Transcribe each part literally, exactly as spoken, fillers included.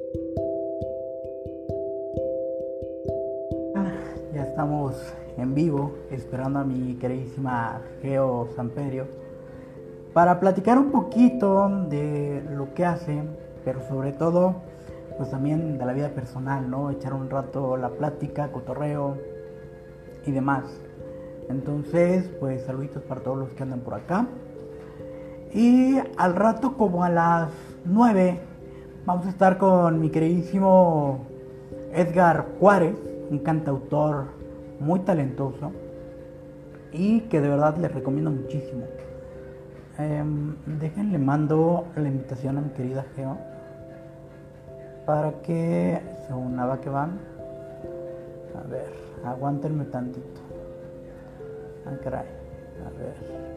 Ya estamos en vivo, esperando a mi queridísima Geo Samperio para platicar un poquito de lo que hace, pero sobre todo, pues también de la vida personal, ¿no? Echar un rato la plática, cotorreo y demás. Entonces, pues saluditos para todos los que andan por acá. Y al rato, como a las nueve, vamos a estar con mi queridísimo Edgar Juárez, un cantautor muy talentoso y que de verdad les recomiendo muchísimo. Eh, déjenle mando la invitación a mi querida Geo para que se una, va que van. A ver, aguántenme tantito. Ah, caray, a ver.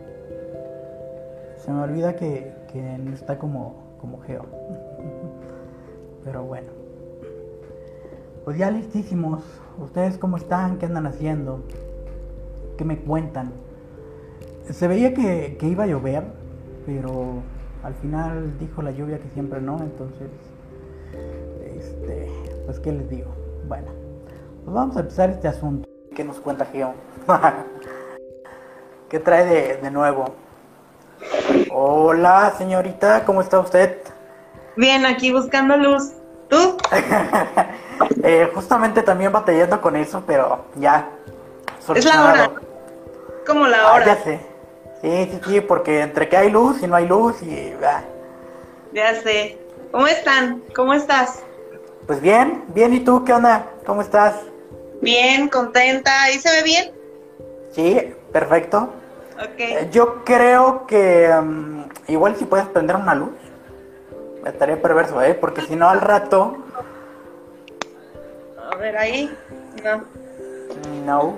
Se me olvida que, que no está como, como Geo. Pero bueno. Pues ya listísimos. ¿Ustedes cómo están? ¿Qué andan haciendo? ¿Qué me cuentan? Se veía que, que iba a llover, pero al final dijo la lluvia que siempre no, entonces, este, pues qué les digo. Bueno, pues vamos a empezar este asunto. ¿Qué nos cuenta Geo? ¿Qué trae de, de nuevo? Hola, señorita, ¿cómo está usted? Bien, aquí buscando luz. ¿Tú? eh, justamente también batallando con eso, pero ya. Es la hora. Como la Ah, hora. ya sé. Sí, sí, sí, porque entre que hay luz y no hay luz y... Ah. Ya sé. ¿Cómo están? ¿Cómo estás? Pues bien, bien, ¿y tú qué onda? ¿Cómo estás? Bien, contenta. ¿Y se ve bien? Sí, perfecto. Ok. Eh, yo creo que um, igual si puedes prender una luz, estaría perverso, ¿eh? Porque si no al rato... A ver, ahí. No. No.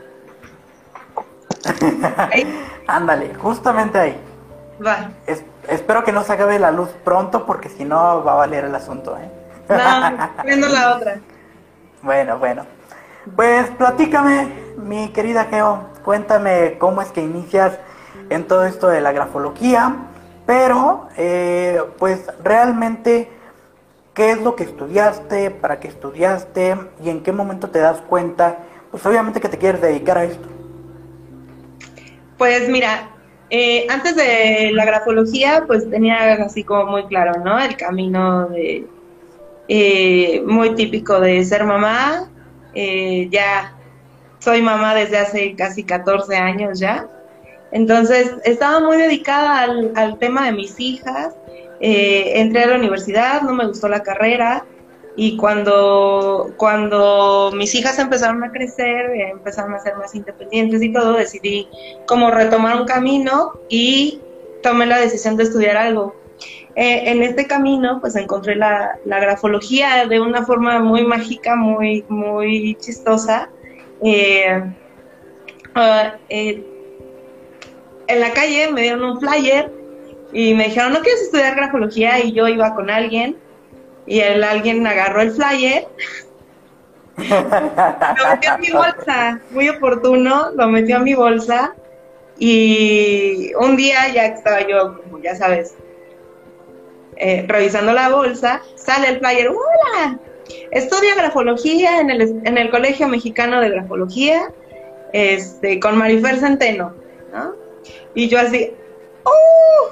Ahí. Ándale, justamente ahí. Va. Es, espero que no se acabe la luz pronto porque si no va a valer el asunto, ¿eh? No, prendo la otra. Bueno, bueno. Pues platícame, mi querida Geo, cuéntame cómo es que inicias en todo esto de la grafología, pero eh, pues realmente qué es lo que estudiaste, para qué estudiaste y en qué momento te das cuenta, pues obviamente que te quieres dedicar a esto. Pues mira, eh, antes de la grafología, pues tenía así como muy claro, ¿no? El camino de eh, muy típico de ser mamá. Eh, ya soy mamá desde hace casi catorce años ya. Entonces, estaba muy dedicada al, al tema de mis hijas. Eh, entré a la universidad, no me gustó la carrera. Y cuando, cuando mis hijas empezaron a crecer, eh, empezaron a ser más independientes y todo, decidí como retomar un camino y tomé la decisión de estudiar algo. Eh, en este camino, pues encontré la, la grafología de una forma muy mágica, muy, muy chistosa. Eh, uh, eh, en la calle me dieron un flyer y me dijeron, ¿no quieres estudiar grafología? Y yo iba con alguien y el alguien agarró el flyer, lo metió en mi bolsa, muy oportuno, lo metió en mi bolsa y un día ya estaba yo, como ya sabes, eh, revisando la bolsa, sale el flyer, ¡hola! Estudia grafología en el, en el Colegio Mexicano de Grafología, este, con Marifer Centeno, ¿no? Y yo así, ¡uh!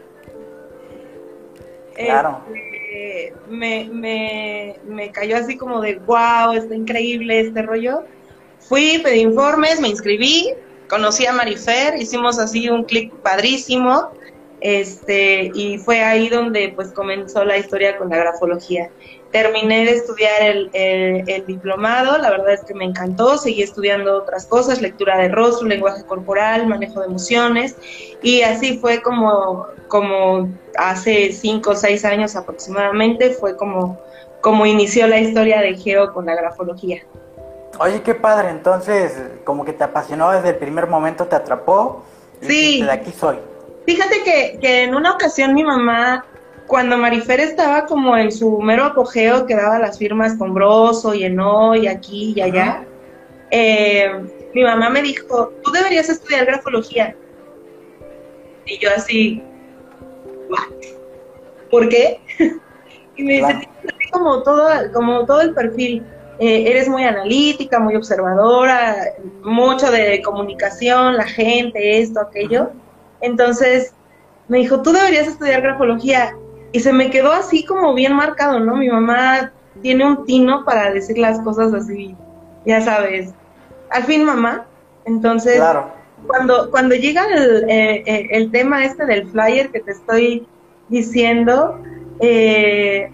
Claro. Este, me, me, me cayó así como de, wow, está increíble este rollo. Fui, pedí informes, me inscribí, conocí a Marifer, hicimos así un clic padrísimo, este, y fue ahí donde pues comenzó la historia con la grafología. Terminé de estudiar el, el, el diplomado, la verdad es que me encantó, seguí estudiando otras cosas, lectura de rostro, lenguaje corporal, manejo de emociones, y así fue como, como hace cinco o seis años aproximadamente, fue como, como inició la historia de Geo con la grafología. Oye, qué padre, entonces como que te apasionó desde el primer momento, te atrapó y Sí. dijiste, de aquí soy. Fíjate que, que en una ocasión mi mamá, cuando Marifer estaba como en su mero apogeo, que daba las firmas con Broso y Eno y aquí y allá, uh-huh. eh, mi mamá me dijo, tú deberías estudiar grafología. Y yo así, ¿what? ¿Por qué? Y me dice, claro, como todo, como todo el perfil. Eh, eres muy analítica, muy observadora, mucho de comunicación, la gente, esto, aquello. Entonces me dijo, tú deberías estudiar grafología. Y se me quedó así como bien marcado, ¿no? Mi mamá tiene un tino para decir las cosas así, ya sabes. Al fin, mamá. Entonces, claro. cuando, cuando llega el, eh, el tema este del flyer que te estoy diciendo, eh,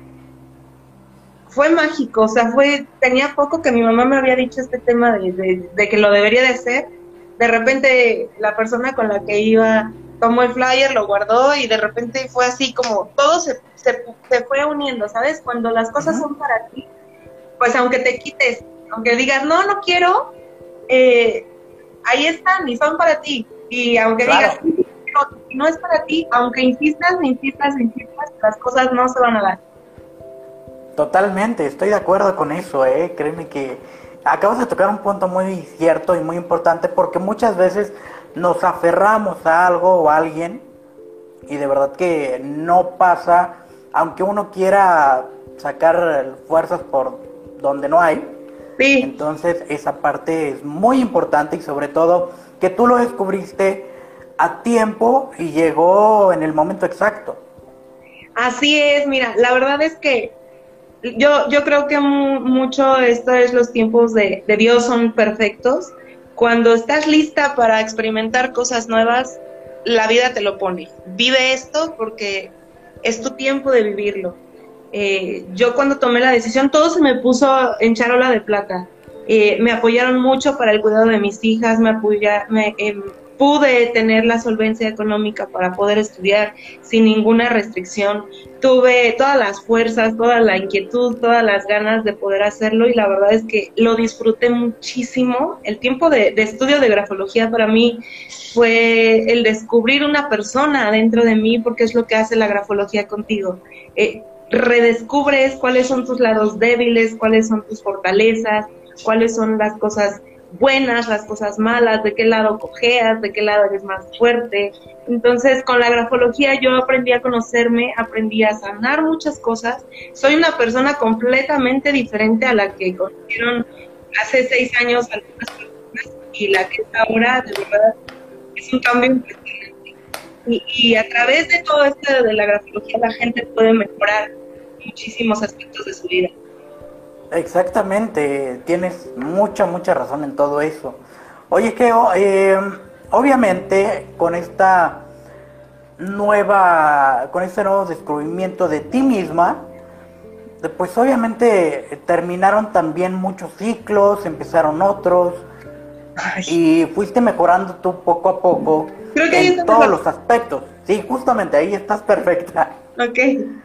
fue mágico, o sea, fue, tenía poco que mi mamá me había dicho este tema de, de, de que lo debería de hacer. De repente la persona con la que iba tomó el flyer, lo guardó y de repente fue así como todo se, se, se fue uniendo, ¿sabes? Cuando las cosas uh-huh. son para ti, pues aunque te quites, aunque digas, no, no quiero, eh, ahí están y son para ti. Y aunque claro. digas, sí, no, no es para ti, aunque insistas, insistas, insistas, las cosas no se van a dar. Totalmente, estoy de acuerdo con eso, eh. Créeme que acabas de tocar un punto muy cierto y muy importante, porque muchas veces nos aferramos a algo o a alguien y de verdad que no pasa, aunque uno quiera sacar fuerzas por donde no hay. Sí. Entonces esa parte es muy importante y sobre todo que tú lo descubriste a tiempo y llegó en el momento exacto. Así es, mira, la verdad es que Yo, yo creo que mucho esto es los tiempos de, de Dios son perfectos. Cuando estás lista para experimentar cosas nuevas, la vida te lo pone. Vive esto porque es tu tiempo de vivirlo. Eh, yo cuando tomé la decisión, todo se me puso en charola de plata. Eh, me apoyaron mucho para el cuidado de mis hijas, me apoya, me, eh, pude tener la solvencia económica para poder estudiar sin ninguna restricción. Tuve todas las fuerzas, toda la inquietud, todas las ganas de poder hacerlo y la verdad es que lo disfruté muchísimo. El tiempo de, de estudio de grafología para mí fue el descubrir una persona dentro de mí, porque es lo que hace la grafología contigo. Eh, redescubres cuáles son tus lados débiles, cuáles son tus fortalezas, cuáles son las cosas buenas, las cosas malas, de qué lado cojeas, de qué lado eres más fuerte. Entonces, con la grafología yo aprendí a conocerme, aprendí a sanar muchas cosas. Soy una persona completamente diferente a la que conocieron hace seis años algunas personas y la que es ahora, de verdad, es un cambio impresionante. Y, y a través de todo esto de la grafología la gente puede mejorar muchísimos aspectos de su vida. Exactamente, tienes mucha, mucha razón en todo eso. Oye, que eh, obviamente con esta nueva, con este nuevo descubrimiento de ti misma, pues obviamente terminaron también muchos ciclos, empezaron otros, Ay. y fuiste mejorando tú poco a poco Creo que en todos los aspectos. Sí, justamente ahí estás perfecta. Ok.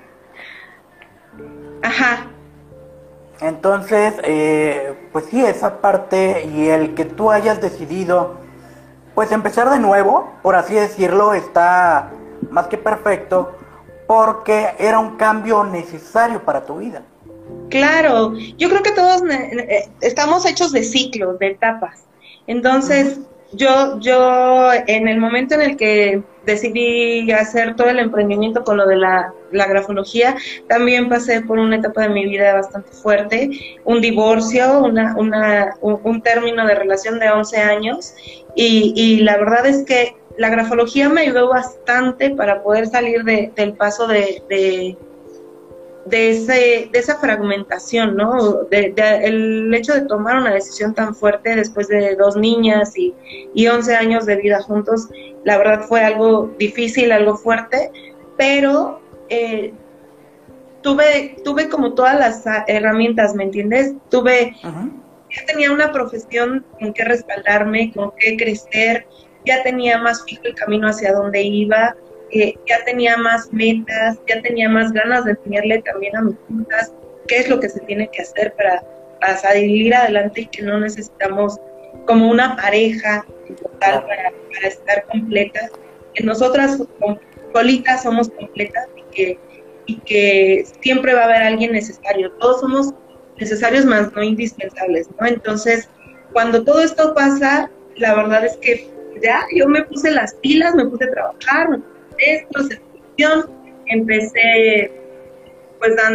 Ajá. Entonces, eh, pues sí, esa parte y el que tú hayas decidido, pues empezar de nuevo, por así decirlo, está más que perfecto, porque era un cambio necesario para tu vida. Claro, yo creo que todos eh, estamos hechos de ciclos, de etapas. Entonces, uh-huh. yo, yo en el momento en el que decidí hacer todo el emprendimiento con lo de la, la grafología, también pasé por una etapa de mi vida bastante fuerte, un divorcio, una, una, un, un término de relación de once años, y, y la verdad es que la grafología me ayudó bastante para poder salir de, del paso de, de, de, ese, de esa fragmentación, ¿no? De, de, el hecho de tomar una decisión tan fuerte después de dos niñas y, y once años de vida juntos, la verdad fue algo difícil, algo fuerte, pero eh, tuve, tuve como todas las herramientas, ¿me entiendes? Tuve, uh-huh. ya tenía una profesión con que respaldarme, con que crecer, ya tenía más fijo el camino hacia donde iba, eh, ya tenía más metas, ya tenía más ganas de enseñarle también a mis hijas qué es lo que se tiene que hacer para, para salir adelante y que no necesitamos como una pareja total para, para estar completas, que nosotras solitas somos completas y que, y que siempre va a haber alguien necesario, todos somos necesarios más no indispensables, ¿no? Entonces, cuando todo esto pasa, la verdad es que ya yo me puse las pilas, me puse a trabajar, me puse esto, certificación, empecé pues dando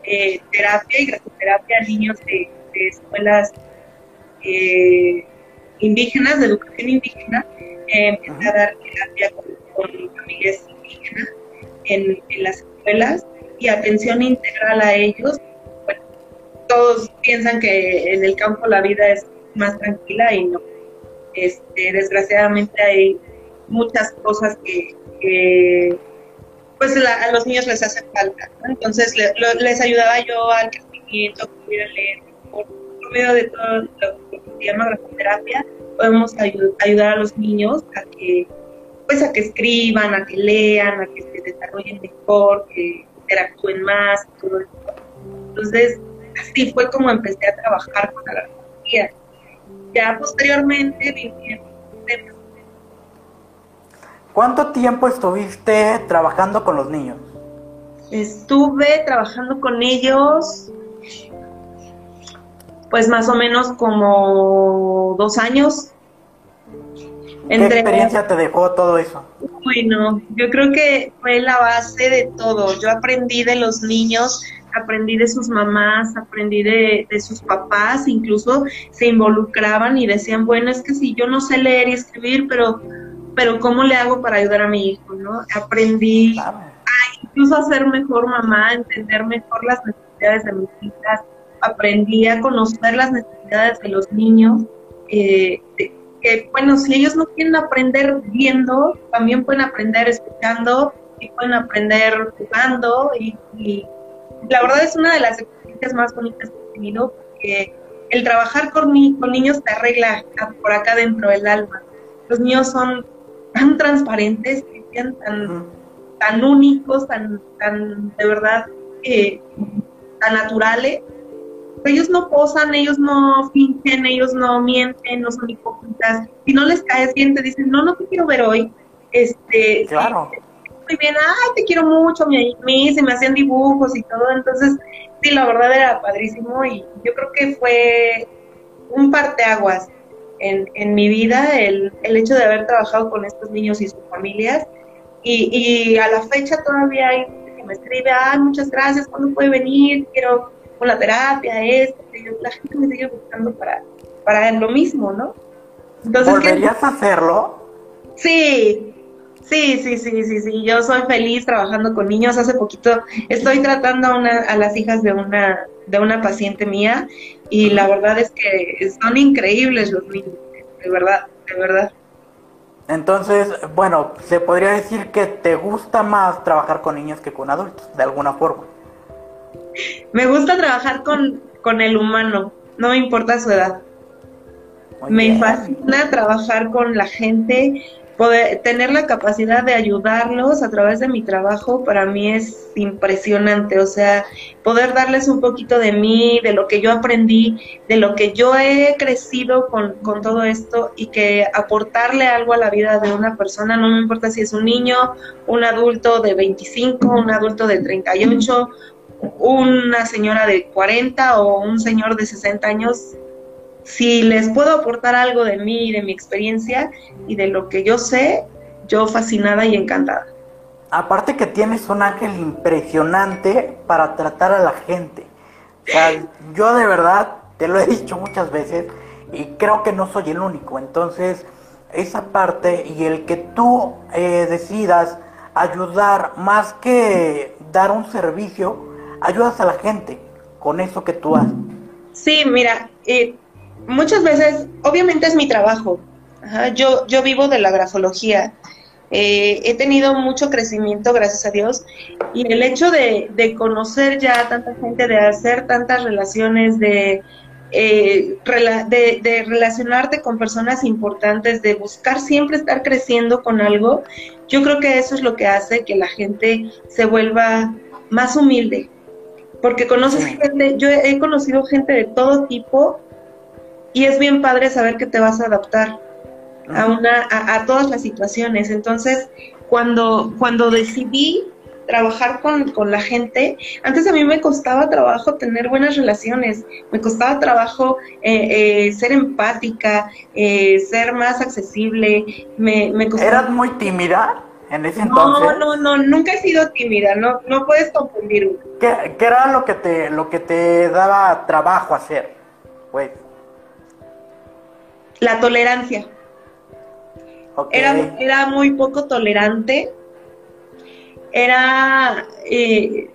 eh, terapia y grafoterapia a niños de, de escuelas eh, indígenas, de educación indígena. Eh, empecé a dar terapia con, con familias indígenas en, en las escuelas y atención integral a ellos. Bueno, todos piensan que en el campo la vida es más tranquila y no. Este, desgraciadamente hay muchas cosas que, que pues la, a los niños les hace falta, ¿no? Entonces le, lo, les ayudaba yo al crecimiento, que pudieran leer por, por medio de todo lo, lo que se llama grafoterapia. Podemos ayud, ayudar a los niños a que pues a que escriban, a que lean, a que se desarrollen mejor, que interactúen más, todo eso. Entonces así fue como empecé a trabajar con la grafología. Ya posteriormente viví. ¿Cuánto tiempo estuviste trabajando con los niños? Estuve trabajando con ellos, pues más o menos como dos años. ¿Qué Entre... experiencia te dejó todo eso? Bueno, yo creo que fue la base de todo. Yo aprendí de los niños, aprendí de sus mamás, aprendí de, de sus papás, incluso se involucraban y decían, bueno, es que si yo no sé leer y escribir, pero, pero ¿cómo le hago para ayudar a mi hijo, no? Aprendí claro. a incluso a ser mejor mamá, a entender mejor las necesidades de mis hijas, aprendí a conocer las necesidades de los niños, eh, de, que bueno, si ellos no quieren aprender viendo, también pueden aprender escuchando y pueden aprender jugando y, y la verdad es una de las experiencias más bonitas que he tenido, porque el trabajar con, ni con niños te arregla por acá dentro del alma. Los niños son tan transparentes, tan, tan únicos, tan, tan de verdad, eh, tan naturales. Ellos no posan, ellos no fingen, ellos no mienten, no son hipócritas. Si no les caes bien, te dicen, no, no te quiero ver hoy. Este, claro. Muy bien, ay, te quiero mucho, mi, mi, se me hacían dibujos y todo. Entonces, sí, la verdad era padrísimo y yo creo que fue un parteaguas en, en mi vida el, el hecho de haber trabajado con estos niños y sus familias. Y, y a la fecha todavía hay gente que me escribe, ay, muchas gracias, ¿cuándo puede venir? Quiero con la terapia, esto, la gente me sigue buscando para, para lo mismo, ¿no? Entonces, ¿volverías ¿qué? a hacerlo? Sí, sí, sí, sí, sí, sí, yo soy feliz trabajando con niños. Hace poquito estoy tratando a, una, a las hijas de una, de una paciente mía y la verdad es que son increíbles los niños, de verdad, de verdad. Entonces, bueno, se podría decir que te gusta más trabajar con niños que con adultos, de alguna forma. Me gusta trabajar con, con el humano, no me importa su edad. Muy me bien. Fascina trabajar con la gente, poder tener la capacidad de ayudarlos a través de mi trabajo, para mí es impresionante. O sea, poder darles un poquito de mí, de lo que yo aprendí, de lo que yo he crecido con, con todo esto, y que aportarle algo a la vida de una persona, no me importa si es un niño, un adulto de veinticinco, un adulto de treinta y ocho, una señora de cuarenta o un señor de sesenta años, si les puedo aportar algo de mí, de mi experiencia y de lo que yo sé, yo fascinada y encantada. Aparte que tienes un ángel impresionante para tratar a la gente. O sea, yo de verdad te lo he dicho muchas veces y creo que no soy el único. Entonces, esa parte y el que tú eh, decidas ayudar más que dar un servicio, ayudas a la gente con eso que tú haces. Sí, mira, eh, muchas veces, obviamente es mi trabajo. Ajá, yo, yo vivo de la grafología. Eh, he tenido mucho crecimiento, gracias a Dios, y el hecho de, de conocer ya a tanta gente, de hacer tantas relaciones, de, eh, rela, de, de relacionarte con personas importantes, de buscar siempre estar creciendo con algo, yo creo que eso es lo que hace que la gente se vuelva más humilde. Porque conoces sí. gente, yo he conocido gente de todo tipo y es bien padre saber que te vas a adaptar a una a, a todas las situaciones. Entonces, cuando cuando decidí trabajar con, con la gente, antes a mí me costaba trabajo tener buenas relaciones, me costaba trabajo eh, eh, ser empática, eh, ser más accesible. Me, me costaba... ¿Eras muy tímida? en ese entonces? No, no, no, nunca he sido tímida, no, no puedes confundirme. ¿Qué, qué era lo que te, lo que te daba trabajo hacer, pues? La tolerancia. Okay. Era, era muy poco tolerante. Era... Eh,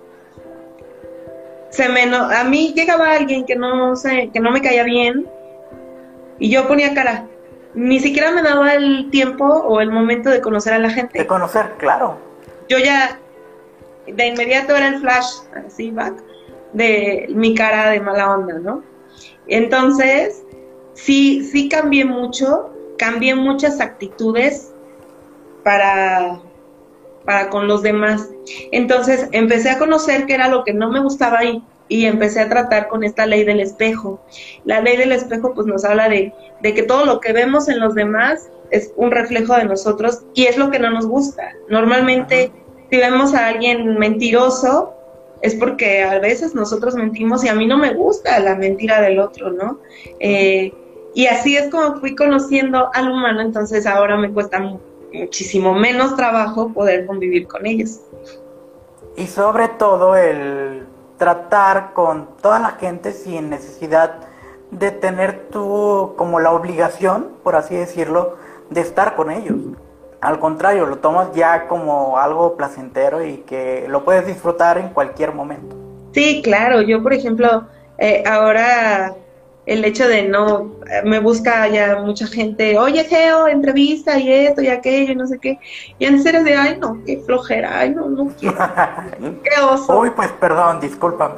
se me no, a mí llegaba alguien que no sé, que no me caía bien y yo ponía cara. Ni siquiera me daba el tiempo o el momento de conocer a la gente. De conocer, claro. Yo ya de inmediato era el flash, así back, de mi cara de mala onda, ¿no? Entonces, sí, sí cambié mucho, cambié muchas actitudes para, para con los demás. Entonces, empecé a conocer qué era lo que no me gustaba ahí y empecé a tratar con esta ley del espejo. La ley del espejo pues nos habla de, de que todo lo que vemos en los demás es un reflejo de nosotros y es lo que no nos gusta. Normalmente, uh-huh. si vemos a alguien mentiroso, es porque a veces nosotros mentimos y a mí no me gusta la mentira del otro, ¿no? Eh, y así es como fui conociendo al humano, entonces ahora me cuesta muchísimo menos trabajo poder convivir con ellos. Y sobre todo el tratar con toda la gente sin necesidad de tener tú como la obligación, por así decirlo, de estar con ellos. Al contrario, lo tomas ya como algo placentero y que lo puedes disfrutar en cualquier momento. Sí, claro. Yo, por ejemplo, eh, ahora el hecho de no, me busca ya mucha gente, oye, Geo, entrevista y esto y aquello y no sé qué. Y antes era de, ay, no, qué flojera, ay, no, no quiero. Qué oso. Uy, pues perdón, discúlpame.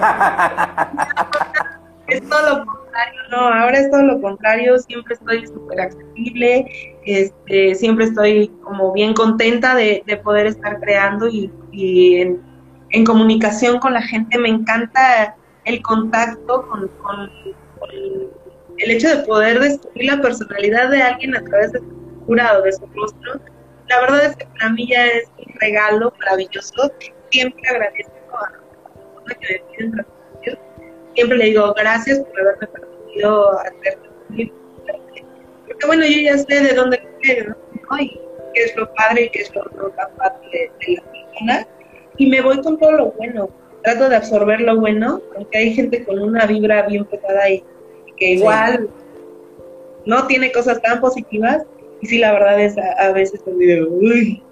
Es todo lo contrario, no, ahora es todo lo contrario, siempre estoy súper accesible, este, siempre estoy como bien contenta de, de poder estar creando y, y en, en comunicación con la gente. Me encanta el contacto con, con, con el hecho de poder descubrir la personalidad de alguien a través de su figura o de su rostro. La verdad es que para mí ya es un regalo maravilloso. Siempre agradezco a la persona que me piden refugio. Siempre le digo gracias por haberme permitido hacer refugio. Porque bueno, yo ya sé de dónde viene, ¿no? Y qué es lo padre y qué es lo no tan padre de, de la persona. Y me voy con todo lo bueno. Trato de absorber lo bueno, aunque hay gente con una vibra bien pesada y, y que igual sí. no tiene cosas tan positivas. Y sí, la verdad es a, a veces te digo, uy.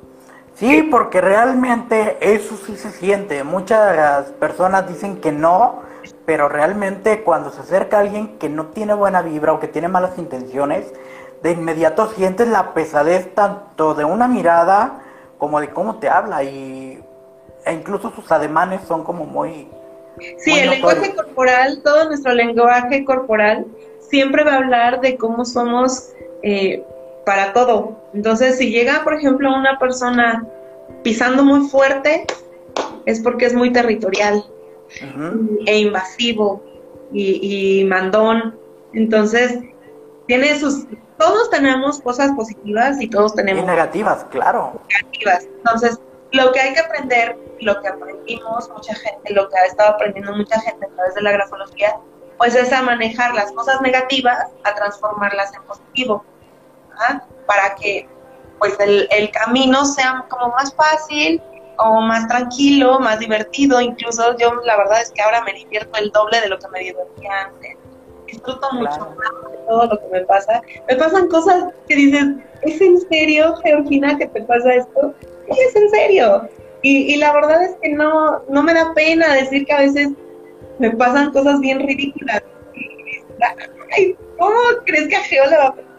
Sí, porque realmente eso sí se siente. Muchas personas dicen que no, pero realmente cuando se acerca alguien que no tiene buena vibra o que tiene malas intenciones, de inmediato sientes la pesadez tanto de una mirada como de cómo te habla, y e incluso sus ademanes son como muy... Sí, muy el notorios. lenguaje corporal, todo nuestro lenguaje corporal siempre va a hablar de cómo somos eh, para todo. Entonces, si llega, por ejemplo, una persona pisando muy fuerte, es porque es muy territorial. Uh-huh. E invasivo y, y mandón. Entonces tiene sus, todos tenemos cosas positivas y todos tenemos y negativas, claro, negativas. Entonces lo que hay que aprender, lo que aprendimos mucha gente, lo que ha estado aprendiendo mucha gente a través de la grafología, pues es a manejar las cosas negativas, a transformarlas en positivo, ¿ah? Para que pues el, el camino sea como más fácil o más tranquilo, más divertido. Incluso yo la verdad es que ahora me divierto el doble de lo que me divertía antes. Disfruto mucho claro. más de todo lo que me pasa. Me pasan cosas que dices, ¿es en serio, Georgina, que te pasa esto? Sí, es en serio. Y, y la verdad es que no, no me da pena decir que a veces me pasan cosas bien ridículas. Y, ay, ¿cómo crees que a Geo le va a pasar?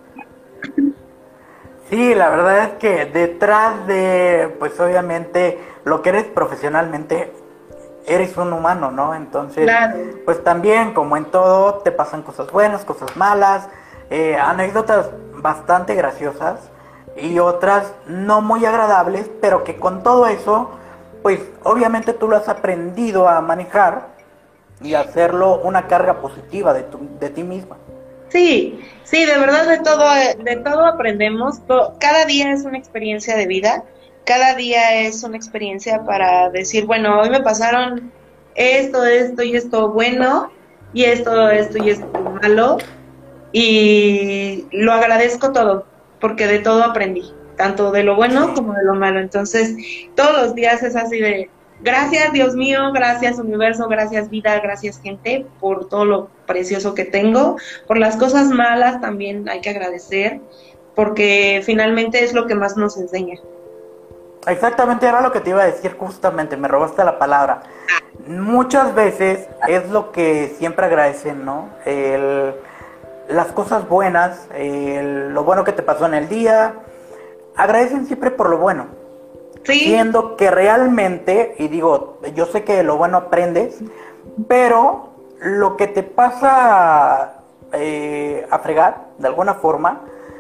Sí, la verdad es que detrás de, pues obviamente, lo que eres profesionalmente, eres un humano, ¿no? Entonces, claro. Pues también, como en todo, te pasan cosas buenas, cosas malas, eh, anécdotas bastante graciosas y otras no muy agradables, pero que con todo eso, pues obviamente tú lo has aprendido a manejar y hacerlo una carga positiva de, tu, de ti misma. Sí, sí, de verdad de todo, de todo aprendemos. Cada día es una experiencia de vida, cada día es una experiencia para decir, bueno, hoy me pasaron esto, esto y esto bueno, y esto, esto y esto malo, y lo agradezco todo, porque de todo aprendí. tanto de lo bueno como de lo malo. Entonces, todos los días es así de, gracias Dios mío, gracias universo, gracias vida, gracias gente, por todo lo precioso que tengo, por las cosas malas también hay que agradecer, porque finalmente es lo que más nos enseña. Exactamente, era lo que te iba a decir justamente, me robaste la palabra. Muchas veces es lo que siempre agradecen, ¿no? El, las cosas buenas, el, lo bueno que te pasó en el día, agradecen siempre por lo bueno. Sí. Siendo que realmente, y digo, yo sé que lo bueno aprendes, pero lo que te pasa eh, a fregar, de alguna forma,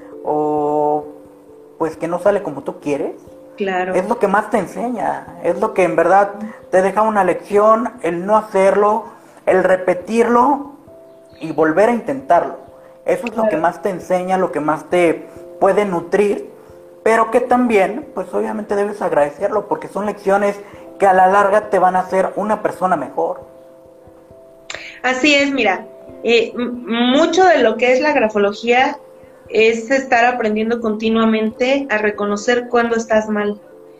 o pues que no sale como tú quieres, claro, es lo que más te enseña, es lo que en verdad te deja una lección, el no hacerlo, el repetirlo y volver a intentarlo. Eso es lo que más te enseña, lo que más te puede nutrir, pero que también, pues obviamente debes agradecerlo, porque son lecciones que a la larga te van a hacer una persona mejor. Así es, mira, eh, mucho de lo que es la grafología es estar aprendiendo continuamente a reconocer cuando estás mal,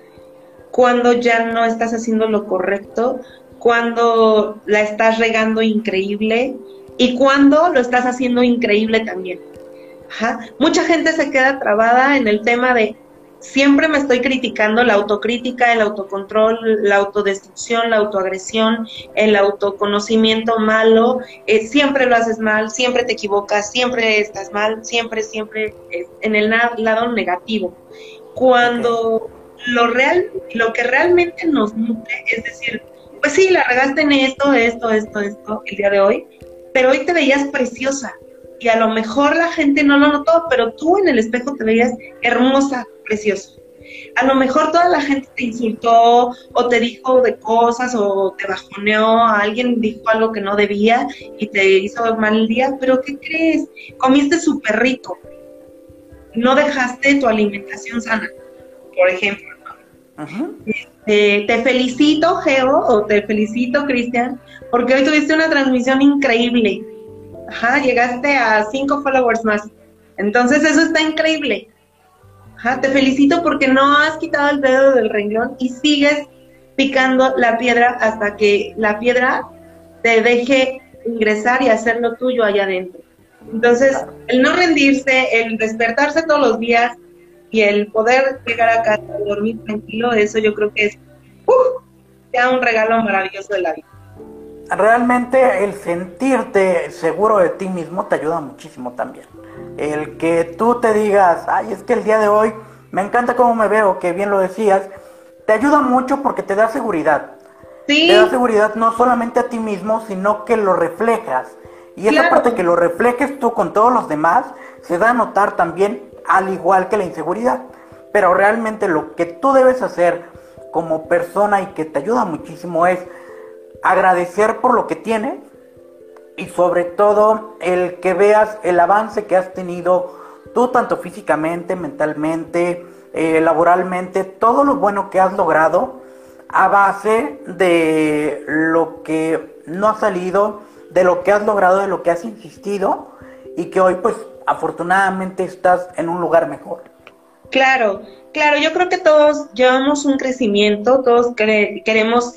cuando ya no estás haciendo lo correcto, cuando la estás regando increíble y cuando lo estás haciendo increíble también. Ajá. Mucha gente se queda trabada en el tema de siempre me estoy criticando, la autocrítica, el autocontrol, la autodestrucción, la autoagresión, el autoconocimiento malo, eh, siempre lo haces mal, siempre te equivocas, siempre estás mal, siempre, siempre eh, en el na- lado negativo. Cuando okay. lo real, lo que realmente nos nutre es decir, pues sí, la regaste en esto, esto, esto, esto, el día de hoy, pero hoy te veías preciosa. Y a lo mejor la gente no lo notó, pero tú en el espejo te veías hermosa, preciosa. A lo mejor toda la gente te insultó o te dijo de cosas o te bajoneó, alguien dijo algo que no debía y te hizo mal el día, pero ¿qué crees? Comiste súper rico, no dejaste tu alimentación sana, por ejemplo, ¿no? Uh-huh. Este, te felicito, Geo, o te felicito, Cristian, porque hoy tuviste una transmisión increíble. Ajá, llegaste a cinco followers más. Entonces eso está increíble. Ajá, te felicito porque no has quitado el dedo del renglón y sigues picando la piedra hasta que la piedra te deje ingresar y hacer lo tuyo allá adentro. Entonces, el no rendirse, el despertarse todos los días y el poder llegar a casa y dormir tranquilo, eso yo creo que es uh, ya un regalo maravilloso de la vida. Realmente el sentirte seguro de ti mismo te ayuda muchísimo también. El que tú te digas, ay, es que el día de hoy me encanta cómo me veo, que bien lo decías, te ayuda mucho porque te da seguridad. ¿Sí? Te da seguridad no solamente a ti mismo, sino que lo reflejas. Y esa claro. parte que lo reflejes tú con todos los demás, se da a notar también, al igual que la inseguridad. Pero realmente lo que tú debes hacer como persona y que te ayuda muchísimo es agradecer por lo que tienes y sobre todo el que veas el avance que has tenido tú tanto físicamente, mentalmente, eh, laboralmente, todo lo bueno que has logrado a base de lo que no ha salido, de lo que has logrado, de lo que has insistido y que hoy pues afortunadamente estás en un lugar mejor. Claro, claro, yo creo que todos llevamos un crecimiento, todos cre- queremos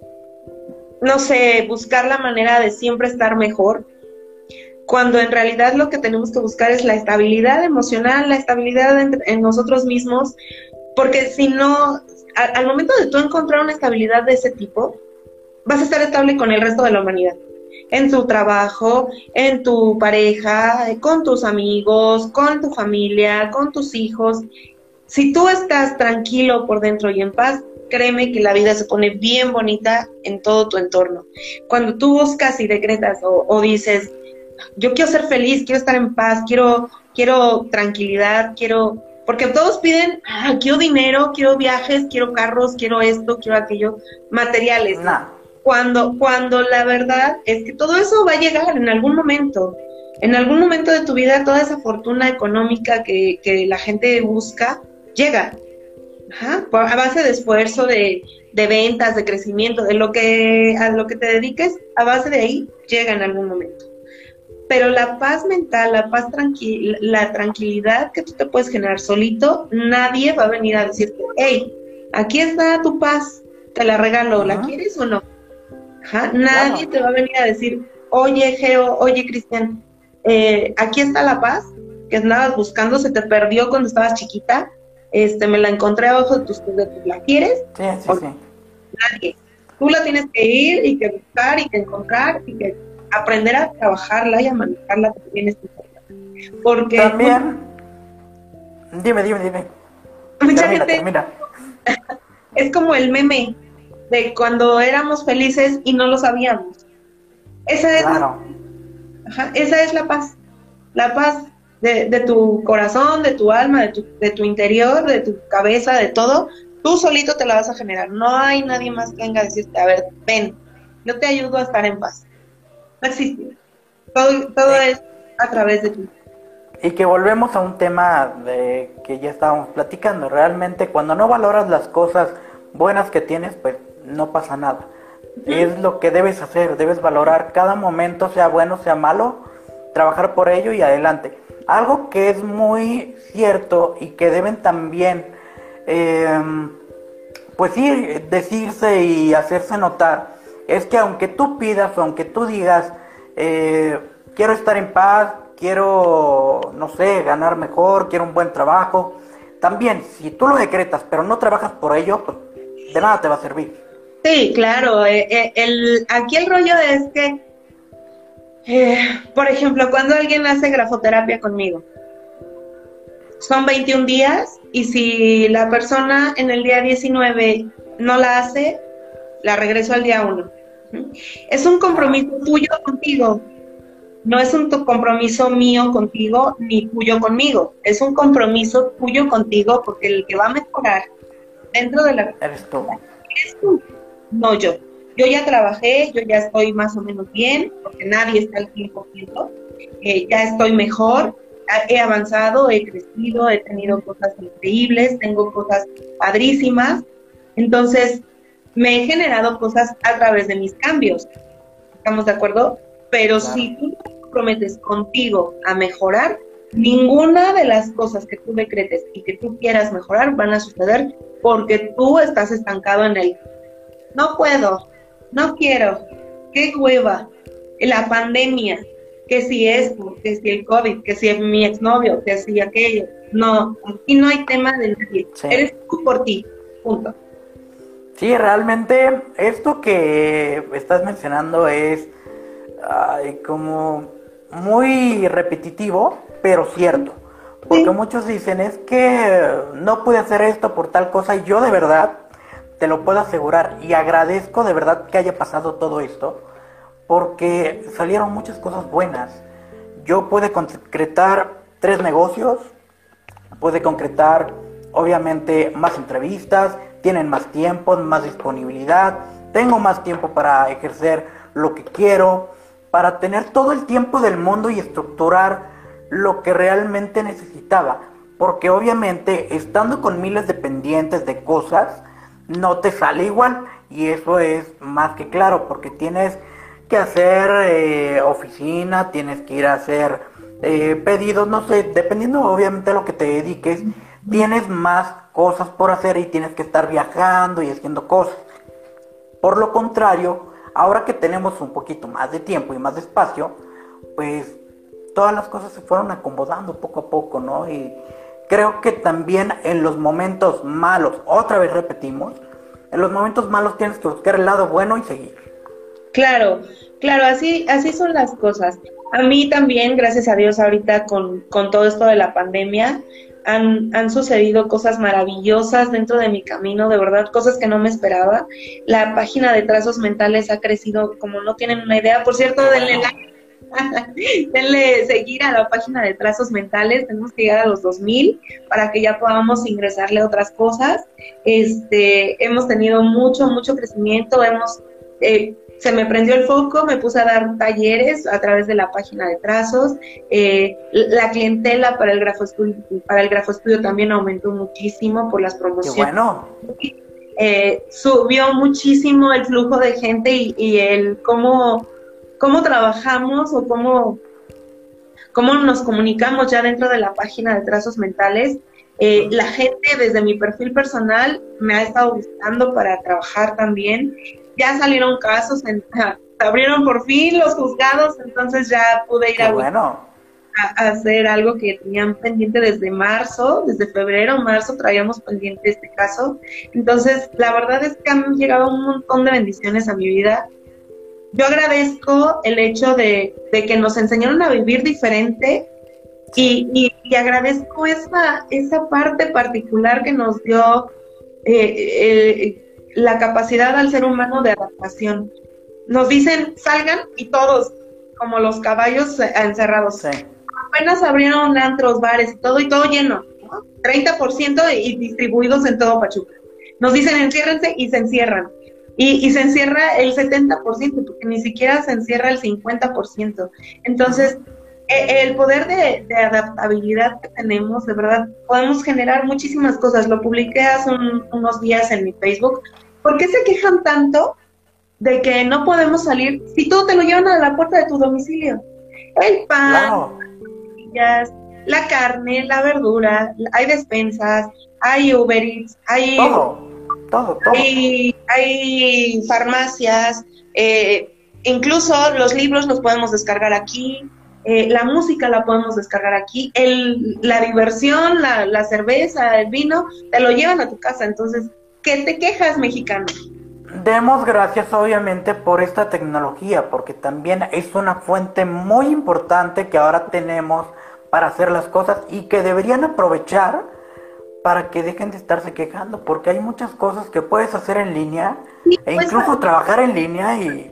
no sé, buscar la manera de siempre estar mejor, cuando en realidad lo que tenemos que buscar es la estabilidad emocional, la estabilidad en, en nosotros mismos, porque si no, a, al momento de tú encontrar una estabilidad de ese tipo, vas a estar estable con el resto de la humanidad, en tu trabajo, en tu pareja, con tus amigos, con tu familia, con tus hijos. Si tú estás tranquilo por dentro y en paz, créeme que la vida se pone bien bonita en todo tu entorno. Cuando tú buscas y decretas o, o dices, yo quiero ser feliz, quiero estar en paz, quiero, quiero tranquilidad, quiero... Porque todos piden, ah, quiero dinero, quiero viajes, quiero carros, quiero esto, quiero aquello, materiales. No. Cuando, cuando la verdad es que todo eso va a llegar en algún momento. En algún momento de tu vida, toda esa fortuna económica que, que la gente busca, llega. Ajá, a base de esfuerzo, de, de ventas, de crecimiento, de lo que a lo que te dediques, a base de ahí llega en algún momento. pero la paz mental, la paz tranquila, la tranquilidad que tú te puedes generar solito, nadie va a venir a decirte, hey, aquí está tu paz, te la regalo, ¿la quieres o no? Ajá, nadie claro. te va a venir a decir, oye, Geo, oye, Cristian, eh, aquí está la paz que andabas buscando, se te perdió cuando estabas chiquita, este, me la encontré abajo de tus dedos, ¿la quieres? Sí, sí, sí. Nadie. Tú la tienes que ir y que buscar y que encontrar y que aprender a trabajarla y a manejarla también es importante. Porque también, pues, dime, dime, dime. Mucha termina, gente termina. Es como el meme de cuando éramos felices y no lo sabíamos. Esa es, claro. Ajá, esa es la paz. La paz de, de tu corazón, de tu alma, de tu, de tu interior, de tu cabeza, de todo. Tú solito te la vas a generar. No hay nadie más que venga a decirte, a ver, ven, yo te ayudo a estar en paz. No existe. Todo, todo sí. es a través de ti. Y que volvemos a un tema de que ya estábamos platicando. Realmente cuando no valoras las cosas buenas que tienes, pues no pasa nada. Uh-huh. Es lo que debes hacer. Debes valorar cada momento, sea bueno, sea malo, trabajar por ello y adelante. Algo que es muy cierto y que deben también, eh, pues sí, decirse y hacerse notar, es que aunque tú pidas o aunque tú digas, eh, quiero estar en paz, quiero, no sé, ganar mejor, quiero un buen trabajo, también, si tú lo decretas, pero no trabajas por ello, pues de nada te va a servir. Sí, claro, eh, eh, el, aquí el rollo es que, eh, por ejemplo, cuando alguien hace grafoterapia conmigo, son veintiún días y si la persona en el día diecinueve no la hace, la regreso al día uno. Es un compromiso tuyo contigo, no es un compromiso mío contigo ni tuyo conmigo, es un compromiso tuyo contigo porque el que va a mejorar dentro de la... Eres tú. Eres tú, no yo. Yo ya trabajé, yo ya estoy más o menos bien, porque nadie está al cien por ciento, eh, ya estoy mejor, he avanzado, he crecido, he tenido cosas increíbles, tengo cosas padrísimas, entonces me he generado cosas a través de mis cambios, ¿estamos de acuerdo? Pero claro. Si tú te comprometes contigo a mejorar, ninguna de las cosas que tú decretes y que tú quieras mejorar van a suceder porque tú estás estancado en el no puedo, no quiero, qué hueva, la pandemia, que si esto, que si el COVID, que si mi exnovio, que si aquello. No, aquí no hay tema de nadie. Sí. Eres tú por ti, punto. Sí, realmente esto que estás mencionando es ay, como muy repetitivo, pero cierto. Porque sí. Muchos dicen, es que no pude hacer esto por tal cosa, y yo de verdad te lo puedo asegurar y agradezco de verdad que haya pasado todo esto, porque salieron muchas cosas buenas. Yo pude concretar tres negocios, pude concretar obviamente más entrevistas, tienen más tiempo, más disponibilidad, tengo más tiempo para ejercer lo que quiero, para tener todo el tiempo del mundo y estructurar lo que realmente necesitaba, porque obviamente estando con miles de pendientes de cosas, no te sale igual, y eso es más que claro, porque tienes que hacer eh, oficina, tienes que ir a hacer eh, pedidos, no sé, dependiendo obviamente de lo que te dediques, tienes más cosas por hacer y tienes que estar viajando y haciendo cosas. Por lo contrario, ahora que tenemos un poquito más de tiempo y más de espacio, pues todas las cosas se fueron acomodando poco a poco, ¿no? Y creo que también en los momentos malos, otra vez repetimos, en los momentos malos tienes que buscar el lado bueno y seguir. Claro, claro, así, así son las cosas. A mí también, gracias a Dios, ahorita con, con todo esto de la pandemia, han, han sucedido cosas maravillosas dentro de mi camino, de verdad, cosas que no me esperaba. La página de Trazos Mentales ha crecido como no tienen una idea. Por cierto, denle like, denle seguir a la página de Trazos Mentales, tenemos que llegar a los dos mil para que ya podamos ingresarle otras cosas. Este, hemos tenido mucho, mucho crecimiento, hemos... Eh, se me prendió el foco, me puse a dar talleres a través de la página de Trazos, eh, la clientela para el grafoestudio, para el grafoestudio también aumentó muchísimo por las promociones. ¡Qué bueno! Eh, subió muchísimo el flujo de gente y, y el cómo, cómo trabajamos o cómo, cómo nos comunicamos ya dentro de la página de Trazos Mentales. Eh, la gente desde mi perfil personal me ha estado buscando para trabajar también. Ya salieron casos, en, se abrieron por fin los juzgados, entonces ya pude ir Qué a, bueno. a, a hacer algo que tenían pendiente desde marzo, desde febrero, marzo traíamos pendiente este caso. Entonces, la verdad es que han llegado un montón de bendiciones a mi vida. Yo agradezco el hecho de, de que nos enseñaron a vivir diferente. Y, y, y agradezco esa, esa parte particular que nos dio eh, eh, la capacidad al ser humano de adaptación. Nos dicen, salgan, y todos, como los caballos eh, encerrados. Sí. Apenas abrieron antros, bares y todo, y todo lleno, ¿no? treinta por ciento y distribuidos en todo Pachuca. Nos dicen, enciérrense, y se encierran. Y, y se encierra el setenta por ciento, porque ni siquiera se encierra el cincuenta por ciento. Entonces, el poder de, de adaptabilidad que tenemos, de verdad, podemos generar muchísimas cosas. Lo publiqué hace un, unos días en mi Facebook. ¿Por qué se quejan tanto de que no podemos salir si todo te lo llevan a la puerta de tu domicilio? El pan, Claro. las la carne, la verdura, hay despensas, hay Uber Eats, hay, Todo, todo, todo. hay, hay farmacias, eh, incluso los libros los podemos descargar aquí. Eh, la música la podemos descargar aquí, el, la diversión, la, la cerveza, el vino, te lo llevan a tu casa. Entonces, ¿qué te quejas, mexicano? Demos gracias obviamente por esta tecnología, porque también es una fuente muy importante que ahora tenemos para hacer las cosas y que deberían aprovechar para que dejen de estarse quejando, porque hay muchas cosas que puedes hacer en línea Sí, e pues, incluso trabajar en línea y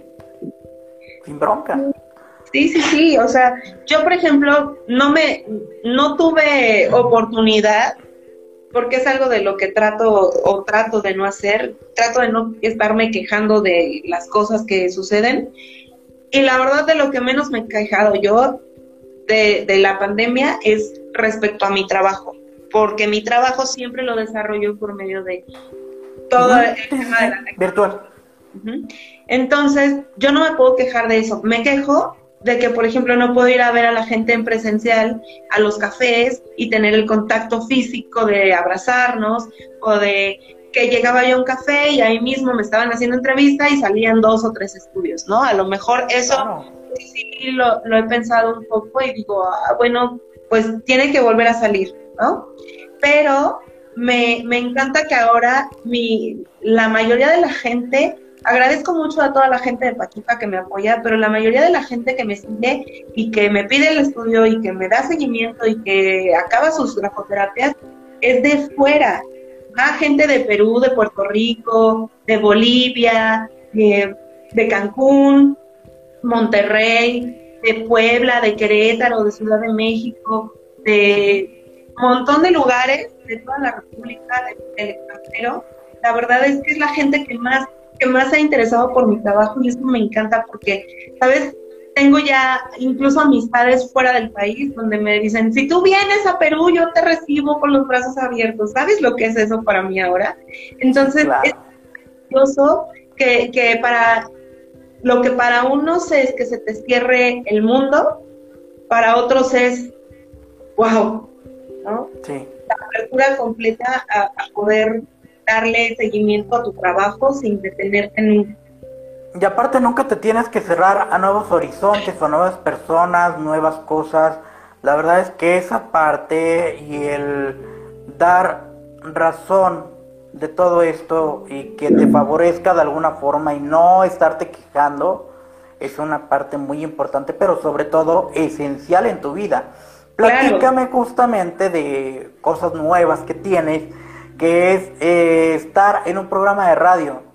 sin bronca. Sí, sí, sí, o sea, yo por ejemplo no me, no tuve oportunidad, porque es algo de lo que trato o trato de no hacer, trato de no estarme quejando de las cosas que suceden, y la verdad de lo que menos me he quejado yo de, de la pandemia es respecto a mi trabajo, porque mi trabajo siempre lo desarrollo por medio de todo Ujú, el sí, sí, tema de la sí, tecnología. virtual. Ujú. Entonces, yo no me puedo quejar de eso. Me quejo de que, por ejemplo, no puedo ir a ver a la gente en presencial a los cafés y tener el contacto físico de abrazarnos, o de que llegaba yo a un café y ahí mismo me estaban haciendo entrevista y salían dos o tres estudios, ¿no? A lo mejor eso Claro. sí lo, lo he pensado un poco y digo, ah, bueno, pues tiene que volver a salir, ¿no? Pero me, me encanta que ahora mi, la mayoría de la gente, agradezco mucho a toda la gente de Pachuca que me apoya, pero la mayoría de la gente que me sigue y que me pide el estudio y que me da seguimiento y que acaba sus grafoterapias es de fuera. Va gente de Perú, de Puerto Rico, de Bolivia, de, de Cancún, Monterrey, de Puebla, de Querétaro, de Ciudad de México, de un montón de lugares de toda la República, de- del extranjero. La verdad es que es la gente que más que más se ha interesado por mi trabajo, y eso me encanta porque, ¿sabes? Tengo ya incluso amistades fuera del país donde me dicen, si tú vienes a Perú, yo te recibo con los brazos abiertos. ¿Sabes lo que es eso para mí ahora? Entonces, Claro. es curioso que, que para lo que para unos es que se te cierre el mundo, para otros es wow, ¿no? Sí. La apertura completa a, a poder darle seguimiento a tu trabajo sin detenerte nunca. Y aparte nunca te tienes que cerrar a nuevos horizontes o a nuevas personas, nuevas cosas. La verdad es que esa parte y el dar razón de todo esto y que te favorezca de alguna forma y no estarte quejando es una parte muy importante, pero sobre todo esencial en tu vida. Platícame justamente de cosas nuevas que tienes, que es eh, estar en un programa de radio.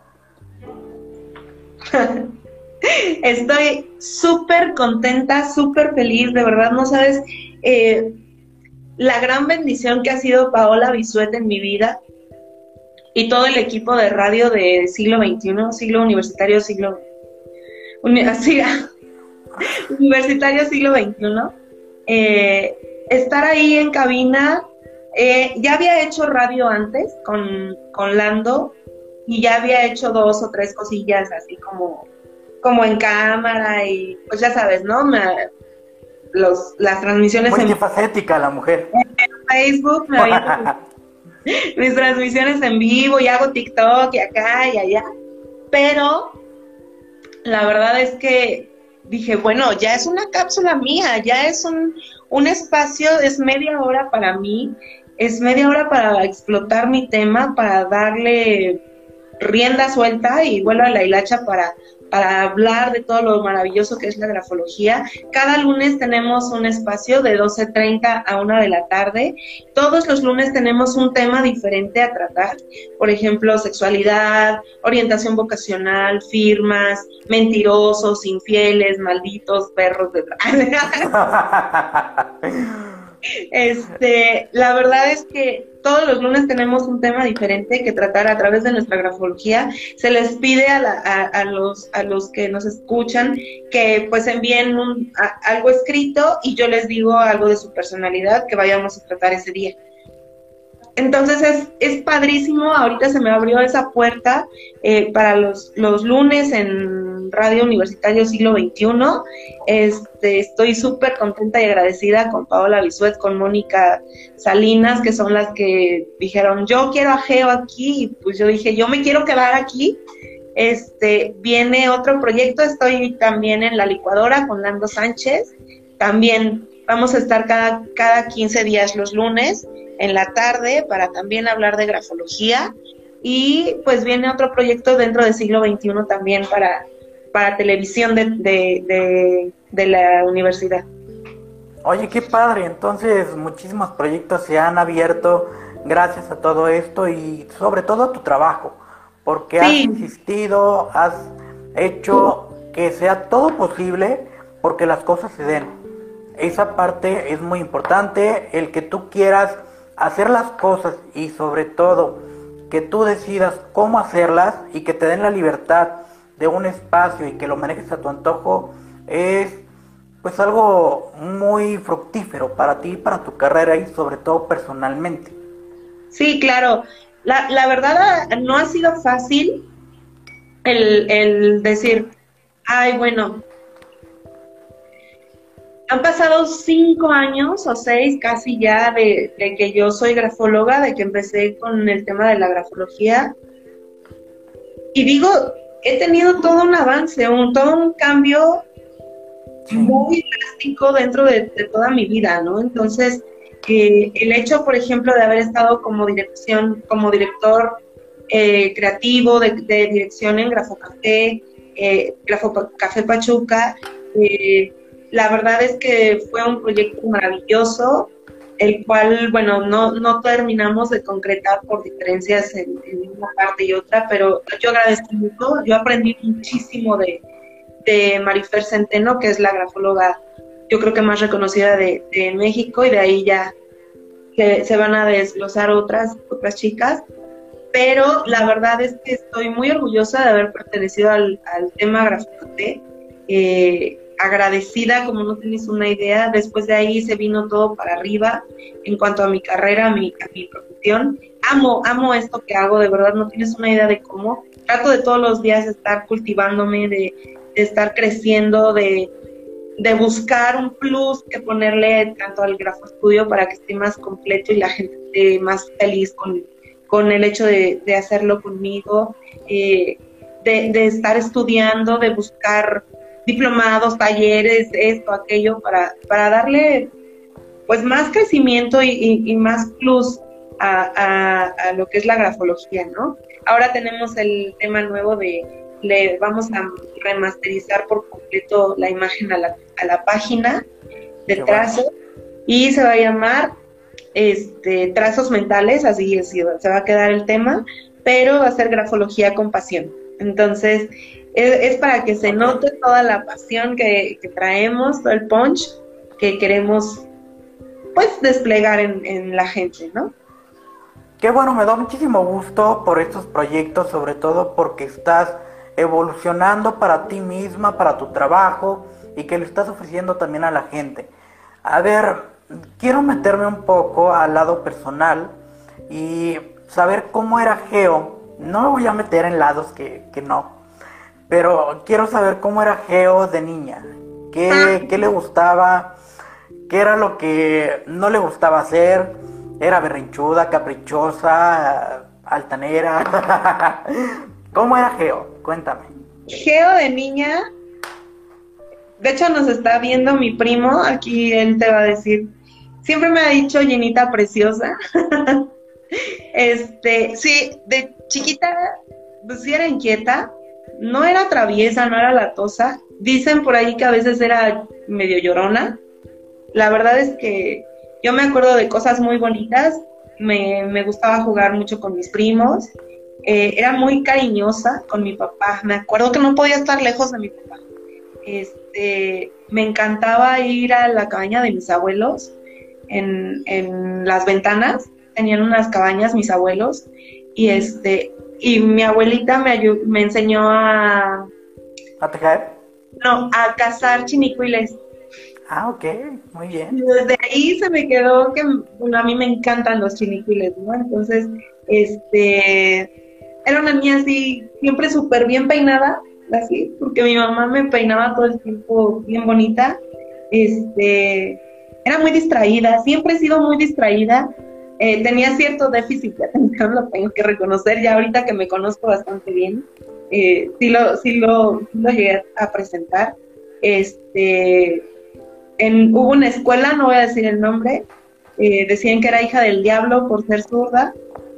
Estoy súper contenta, súper feliz, de verdad no sabes eh, la gran bendición que ha sido Paola Bisuet en mi vida y todo el equipo de radio de siglo veintiuno, siglo universitario, siglo uni, sí, universitario siglo veintiuno. Eh, estar ahí en cabina, eh, ya había hecho radio antes con, con Lando, y ya había hecho dos o tres cosillas así como, como en cámara y pues ya sabes, ¿no? Me, los, las transmisiones multifacética en la mujer. En Facebook, me mis transmisiones en vivo y hago TikTok y acá y allá, pero la verdad es que dije, bueno, ya es una cápsula mía, ya es un, un espacio, es media hora para mí, es media hora para explotar mi tema, para darle rienda suelta y vuelo a la hilacha para, para hablar de todo lo maravilloso que es la grafología. Cada lunes tenemos un espacio de doce treinta a una de la tarde. Todos los lunes tenemos un tema diferente a tratar. Por ejemplo, sexualidad, orientación vocacional, firmas, mentirosos, infieles, malditos, perros de... Este, la verdad es que todos los lunes tenemos un tema diferente que tratar a través de nuestra grafología. Se les pide a, la, a, a los a los que nos escuchan que pues envíen un, a, algo escrito y yo les digo algo de su personalidad que vayamos a tratar ese día. Entonces es, es padrísimo, ahorita se me abrió esa puerta eh, para los, los lunes en Radio Universitario Siglo veintiuno. Este, estoy súper contenta y agradecida con Paola Bisuet, con Mónica Salinas, que son las que dijeron, yo quiero a Geo aquí, y pues yo dije, yo me quiero quedar aquí. Este, viene otro proyecto, estoy también en La Licuadora con Lando Sánchez, también vamos a estar cada, cada quince días los lunes, en la tarde, para también hablar de grafología, y pues viene otro proyecto dentro de Siglo veintiuno también para, para televisión de, de, de, de la universidad. Oye, qué padre, entonces muchísimos proyectos se han abierto gracias a todo esto y sobre todo a tu trabajo, porque sí. Has insistido, has hecho que sea todo posible porque las cosas se den. Esa parte es muy importante, el que tú quieras hacer las cosas y sobre todo que tú decidas cómo hacerlas y que te den la libertad de un espacio y que lo manejes a tu antojo es pues algo muy fructífero para ti, para tu carrera y sobre todo personalmente. Sí, claro. La, la verdad no ha sido fácil el, el decir, ay, bueno, han pasado cinco años o seis casi ya de, de que yo soy grafóloga, de que empecé con el tema de la grafología. Y digo, he tenido todo un avance, un, todo un cambio muy drástico dentro de, de toda mi vida, ¿no? Entonces, eh, el hecho, por ejemplo, de haber estado como dirección, como director eh, creativo de, de dirección en Grafocafé, eh, Grafocafé Pachuca, eh, la verdad es que fue un proyecto maravilloso, el cual, bueno, no, no terminamos de concretar por diferencias en, en una parte y otra, pero yo agradezco mucho, yo aprendí muchísimo de, de Marifer Centeno, que es la grafóloga, yo creo que más reconocida de, de México, y de ahí ya se, se van a desglosar otras, otras chicas, pero la verdad es que estoy muy orgullosa de haber pertenecido al, al tema Grafocafé, eh, agradecida como no tienes una idea. Después de ahí se vino todo para arriba en cuanto a mi carrera, a mi, a mi profesión. Amo, amo esto que hago, de verdad no tienes una idea de cómo. Trato de todos los días estar cultivándome, de, de estar creciendo, de, de buscar un plus que ponerle tanto al Grafo Estudio para que esté más completo y la gente esté más feliz con, con el hecho de, de hacerlo conmigo, eh, de, de estar estudiando, de buscar diplomados, talleres, esto, aquello, para, para darle pues más crecimiento y, y, y más plus a, a, a lo que es la grafología, ¿no? Ahora tenemos el tema nuevo de, le vamos a remasterizar por completo la imagen a la, a la página de trazo, y se va a llamar este trazos mentales, así es, se va a quedar el tema, pero va a ser grafología con pasión. Entonces, es, es para que se note toda la pasión que, que traemos, todo el punch que queremos, pues, desplegar en, en la gente, ¿no? Qué bueno, me da muchísimo gusto por estos proyectos, sobre todo porque estás evolucionando para ti misma, para tu trabajo, y que lo estás ofreciendo también a la gente. A ver, quiero meterme un poco al lado personal y saber cómo era Geo. No me voy a meter en lados que, que no, pero quiero saber cómo era Geo de niña, qué, qué le gustaba, ¿Qué era lo que no le gustaba hacer? ¿Era berrinchuda, caprichosa, altanera? ¿Cómo era Geo? Cuéntame. Geo de niña, de hecho nos está viendo mi primo, aquí él te va a decir, siempre me ha dicho Ginita preciosa. Este, sí, de chiquita, pues sí era inquieta, no era traviesa, no era latosa, dicen por ahí que a veces era medio llorona. La verdad es que yo me acuerdo de cosas muy bonitas, me, me gustaba jugar mucho con mis primos, eh, era muy cariñosa con mi papá, me acuerdo que no podía estar lejos de mi papá. Este, me encantaba ir a la cabaña de mis abuelos, en, en las ventanas, tenían unas cabañas mis abuelos, y este, y mi abuelita me, ayud, me enseñó a... ¿A tejer? No, a cazar chinicuiles. Ah, ok, muy bien. Y desde ahí se me quedó que, bueno, a mí me encantan los chinicuiles, ¿no? Entonces, este, era una niña así, siempre súper bien peinada, así, porque mi mamá me peinaba todo el tiempo bien bonita. Este, era muy distraída, siempre he sido muy distraída. Eh, tenía cierto déficit de atención, lo tengo que reconocer, ya ahorita que me conozco bastante bien, eh, sí, lo, sí, lo, sí lo llegué a presentar. Este, en, hubo una escuela, no voy a decir el nombre, eh, decían que era hija del diablo por ser zurda.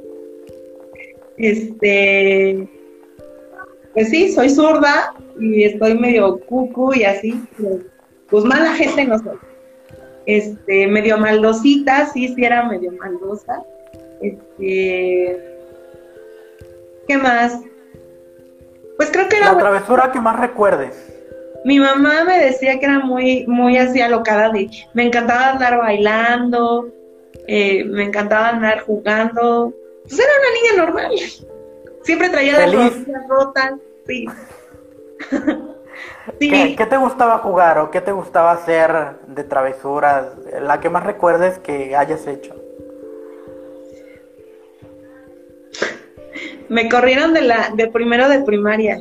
Este, pues sí, soy zurda y estoy medio cucu y así, pues, pues mala gente no soy. Este, medio maldosita, sí, sí era medio maldosa. Este, ¿qué más? Pues creo que era... La travesura que más recuerdes. Mi mamá me decía que era muy, muy así alocada, de, me encantaba andar bailando, eh, me encantaba andar jugando. Pues era una niña normal. Siempre traía las rodillas rotas, sí. Sí. ¿Qué, ¿Qué te gustaba jugar o qué te gustaba hacer de travesuras? La que más recuerdes que hayas hecho. Me corrieron de la de primero de primaria.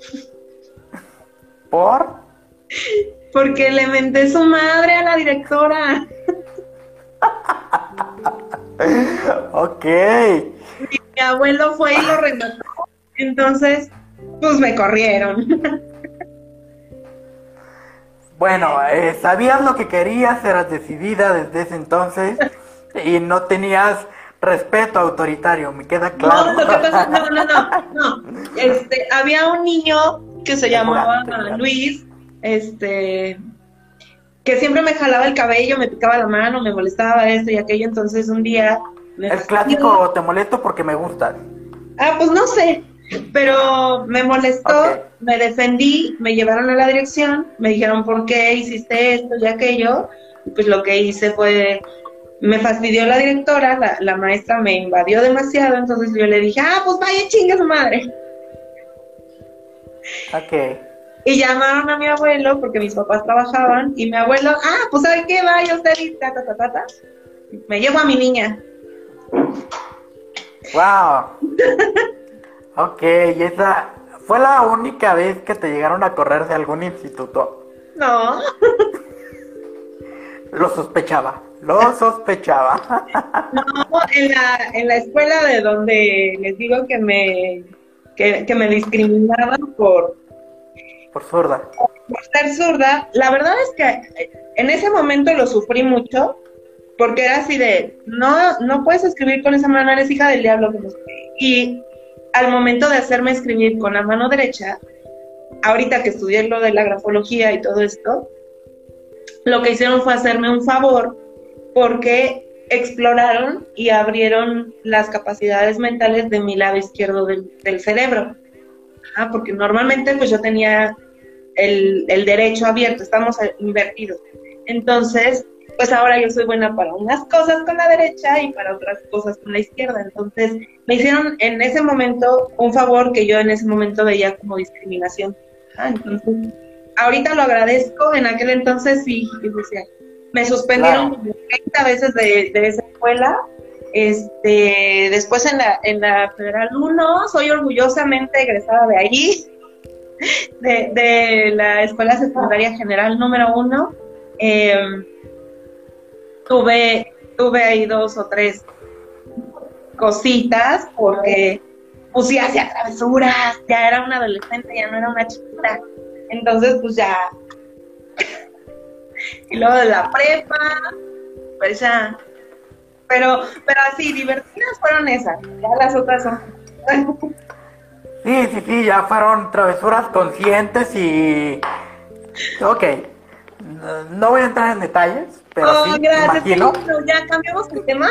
¿Por? Porque le menté su madre a la directora. Ok. Y mi abuelo fue y lo remató. Entonces, pues me corrieron. Bueno, eh, sabías lo que querías, eras decidida desde ese entonces y no tenías respeto autoritario, me queda claro. No, lo que pasa, no, no, no, no. Este, había un niño que se llamaba Luis, este, que siempre me jalaba el cabello, me picaba la mano, me molestaba esto y aquello, entonces un día... Me el clásico, te molesto porque me gustas. Ah, pues no sé, pero me molestó, okay. Me defendí, me llevaron a la dirección, me dijeron por qué hiciste esto y aquello, y pues lo que hice fue, me fastidió la directora, la, la maestra me invadió demasiado, entonces yo le dije, ah, pues vaya chinga su madre. Ok. Y llamaron a mi abuelo, porque mis papás trabajaban, y mi abuelo, ah, pues ¿sabe qué? Vaya usted y ta, ta, ta, ta, ta. Me llevo a mi niña. Wow. Ok, y esa fue la única vez que te llegaron a correr de algún instituto. No. Lo sospechaba, lo sospechaba. No, en la, en la escuela de donde les digo que me, que, que me discriminaban por... Por zurda. Por ser zurda, la verdad es que en ese momento lo sufrí mucho, porque era así de, no, no puedes escribir con esa mano, eres hija del diablo. Y al momento de hacerme escribir con la mano derecha, ahorita que estudié lo de la grafología y todo esto, lo que hicieron fue hacerme un favor, porque exploraron y abrieron las capacidades mentales de mi lado izquierdo del, del cerebro. Ah, porque normalmente pues yo tenía el, el derecho abierto, estamos invertidos. Entonces, pues ahora yo soy buena para unas cosas con la derecha y para otras cosas con la izquierda. Entonces, me hicieron en ese momento un favor que yo en ese momento veía como discriminación. Ah, entonces, ahorita lo agradezco, en aquel entonces sí, decía, me suspendieron claro. treinta veces de, de esa escuela. Este, después en la, en la Federal uno, soy orgullosamente egresada de allí, de, de la Escuela Secundaria General número uno. Eh, tuve, tuve ahí dos o tres cositas porque pues sí hacía travesuras, ya era una adolescente, ya no era una chiquita. Entonces pues ya. Y luego de la prepa, pues ya. Pero, pero así, divertidas fueron esas, ya las otras son. Sí, sí, sí, ya fueron travesuras conscientes y... Ok, no, no voy a entrar en detalles, pero Oh, sí, me gracias, imagino. pero ya cambiamos el tema.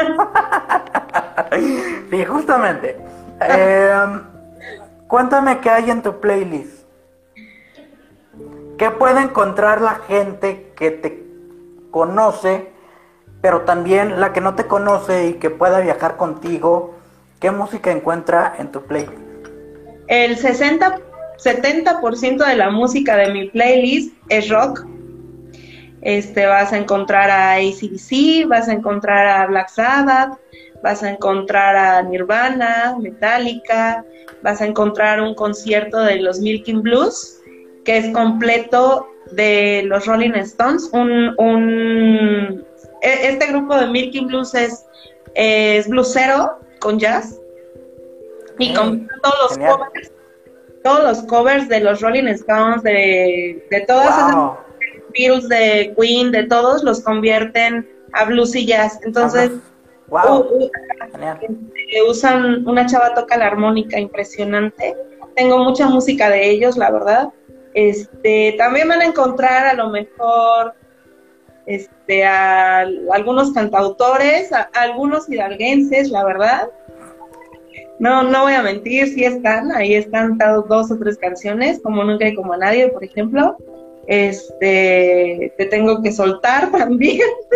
Sí, justamente. Eh, cuéntame qué hay en tu playlist. ¿Qué puede encontrar la gente que te conoce, pero también la que no te conoce y que pueda viajar contigo? ¿Qué música encuentra en tu playlist? El sesenta, setenta por ciento de la música de mi playlist es rock. Este, vas a encontrar a A C D C, vas a encontrar a Black Sabbath, vas a encontrar a Nirvana, Metallica, vas a encontrar un concierto de los Milking Blues, que es completo de los Rolling Stones. Un, un, este grupo de Milking Blues es, es bluesero con jazz y Hey, con todos los genial. covers, todos los covers de los Rolling Stones, de, de todas esas Wow. Beatles, de Queen, de todos los convierten a blues y jazz. Entonces, Wow. uh, uh, Genial. eh, usan, una chava toca la armónica impresionante. Tengo mucha música de ellos, la verdad. Este, también van a encontrar a lo mejor este, a, a algunos cantautores, a, a algunos hidalguenses, la verdad. No, no voy a mentir, sí están, ahí están dos o tres canciones, como Nunca y Como a Nadie, por ejemplo. Este, te tengo que soltar también.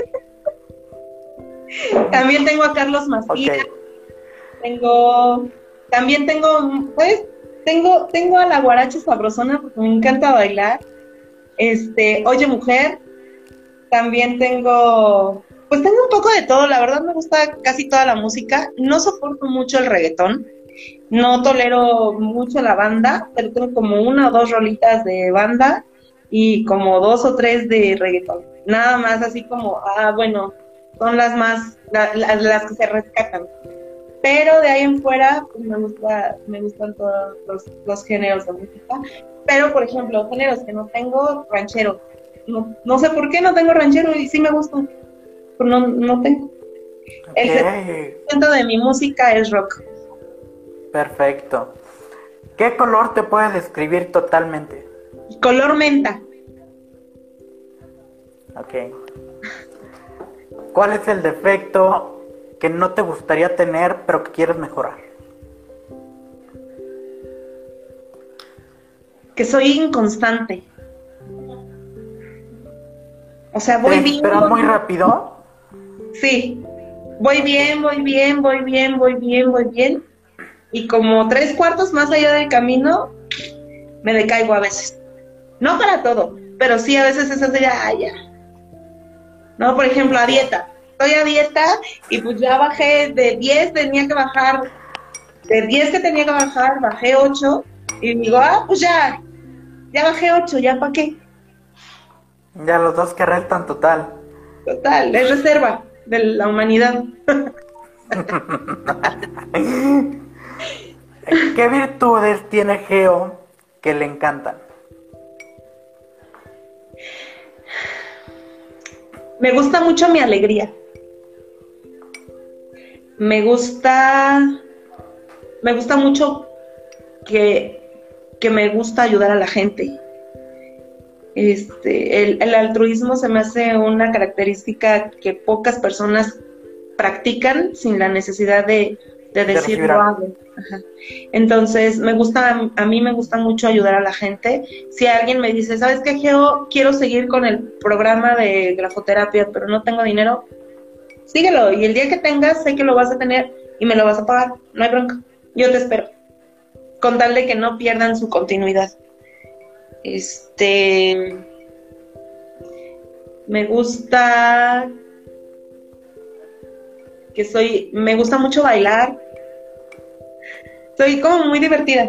También tengo a Carlos Macías, okay. tengo, también tengo, pues, tengo, tengo a la guaracha sabrosona porque me encanta bailar. Este, Oye Mujer, también tengo, pues tengo un poco de todo, la verdad me gusta casi toda la música, no soporto mucho el reggaetón, no tolero mucho la banda, pero tengo como una o dos rolitas de banda y como dos o tres de reggaetón, nada más así como, ah, bueno, son las más, la, la, las que se rescatan. Pero de ahí en fuera, pues me gusta, me gustan todos los, los géneros de música. Pero, por ejemplo, géneros que no tengo, ranchero. No, no sé por qué no tengo ranchero y sí me gusta, pero no, no tengo. Okay. El setenta por ciento de mi música es rock. Perfecto. ¿Qué color te puedes describir totalmente? Color menta. Ok. ¿Cuál es el defecto que no te gustaría tener, pero que quieres mejorar? Que soy inconstante. O sea, voy ¿Te bien. ¿Pero muy rápido? Sí. Voy bien, voy bien, voy bien, voy bien, voy bien. Y como tres cuartos más allá del camino, me decaigo a veces. No para todo, pero sí a veces es así, ya, ya. No, por ejemplo, a dieta. Estoy a dieta y pues ya bajé de diez, tenía que bajar, de diez que tenía que bajar, bajé ocho y digo, ah, pues ya, ya bajé ocho, ¿ya para qué? Ya los dos que restan, total. Total, es reserva de la humanidad. ¿Qué virtudes tiene Geo que le encantan? Me gusta mucho mi alegría. Me gusta, me gusta mucho que, que me gusta ayudar a la gente. Este, el, el altruismo se me hace una característica que pocas personas practican sin la necesidad de, de decirlo algo. Ajá. Entonces, me gusta, a mí me gusta mucho ayudar a la gente. Si alguien me dice, ¿sabes qué, Geo? Quiero seguir con el programa de grafoterapia, pero no tengo dinero. Síguelo, y el día que tengas, sé que lo vas a tener y me lo vas a pagar. No hay bronca. Yo te espero. Con tal de que no pierdan su continuidad. Este... Me gusta... que soy... Me gusta mucho bailar. Soy como muy divertida.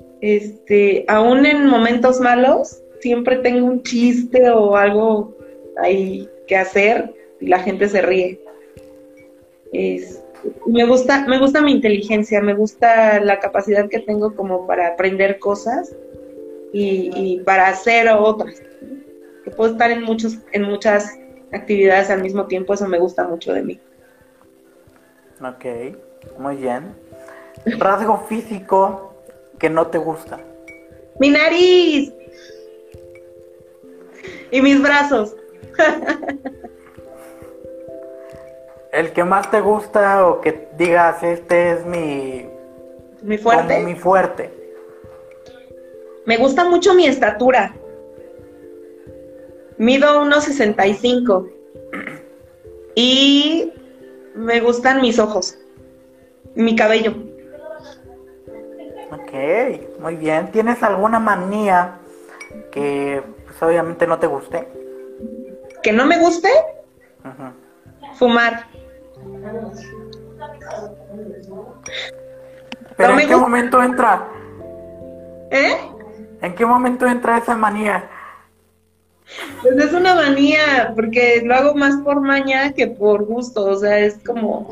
Este, aún en momentos malos, siempre tengo un chiste o algo, ahí que hacer y la gente se ríe. Es, me gusta, me gusta mi inteligencia, me gusta la capacidad que tengo como para aprender cosas y, y para hacer otras. Que puedo estar en muchos, en muchas actividades al mismo tiempo, eso me gusta mucho de mí. Ok, muy bien. Rasgo físico que no te gusta. Mi nariz y mis brazos. El que más te gusta o que digas, este es mi... Mi fuerte. Como mi fuerte. Me gusta mucho mi estatura. Mido uno sesenta y cinco. Y me gustan mis ojos. Mi cabello. Ok, muy bien. ¿Tienes alguna manía que pues, obviamente no te guste? ¿Que no me guste? Uh-huh. Fumar. ¿Pero no en qué gusta. momento entra? ¿Eh? ¿En qué momento entra esa manía? Pues es una manía, porque lo hago más por maña que por gusto, o sea, es como...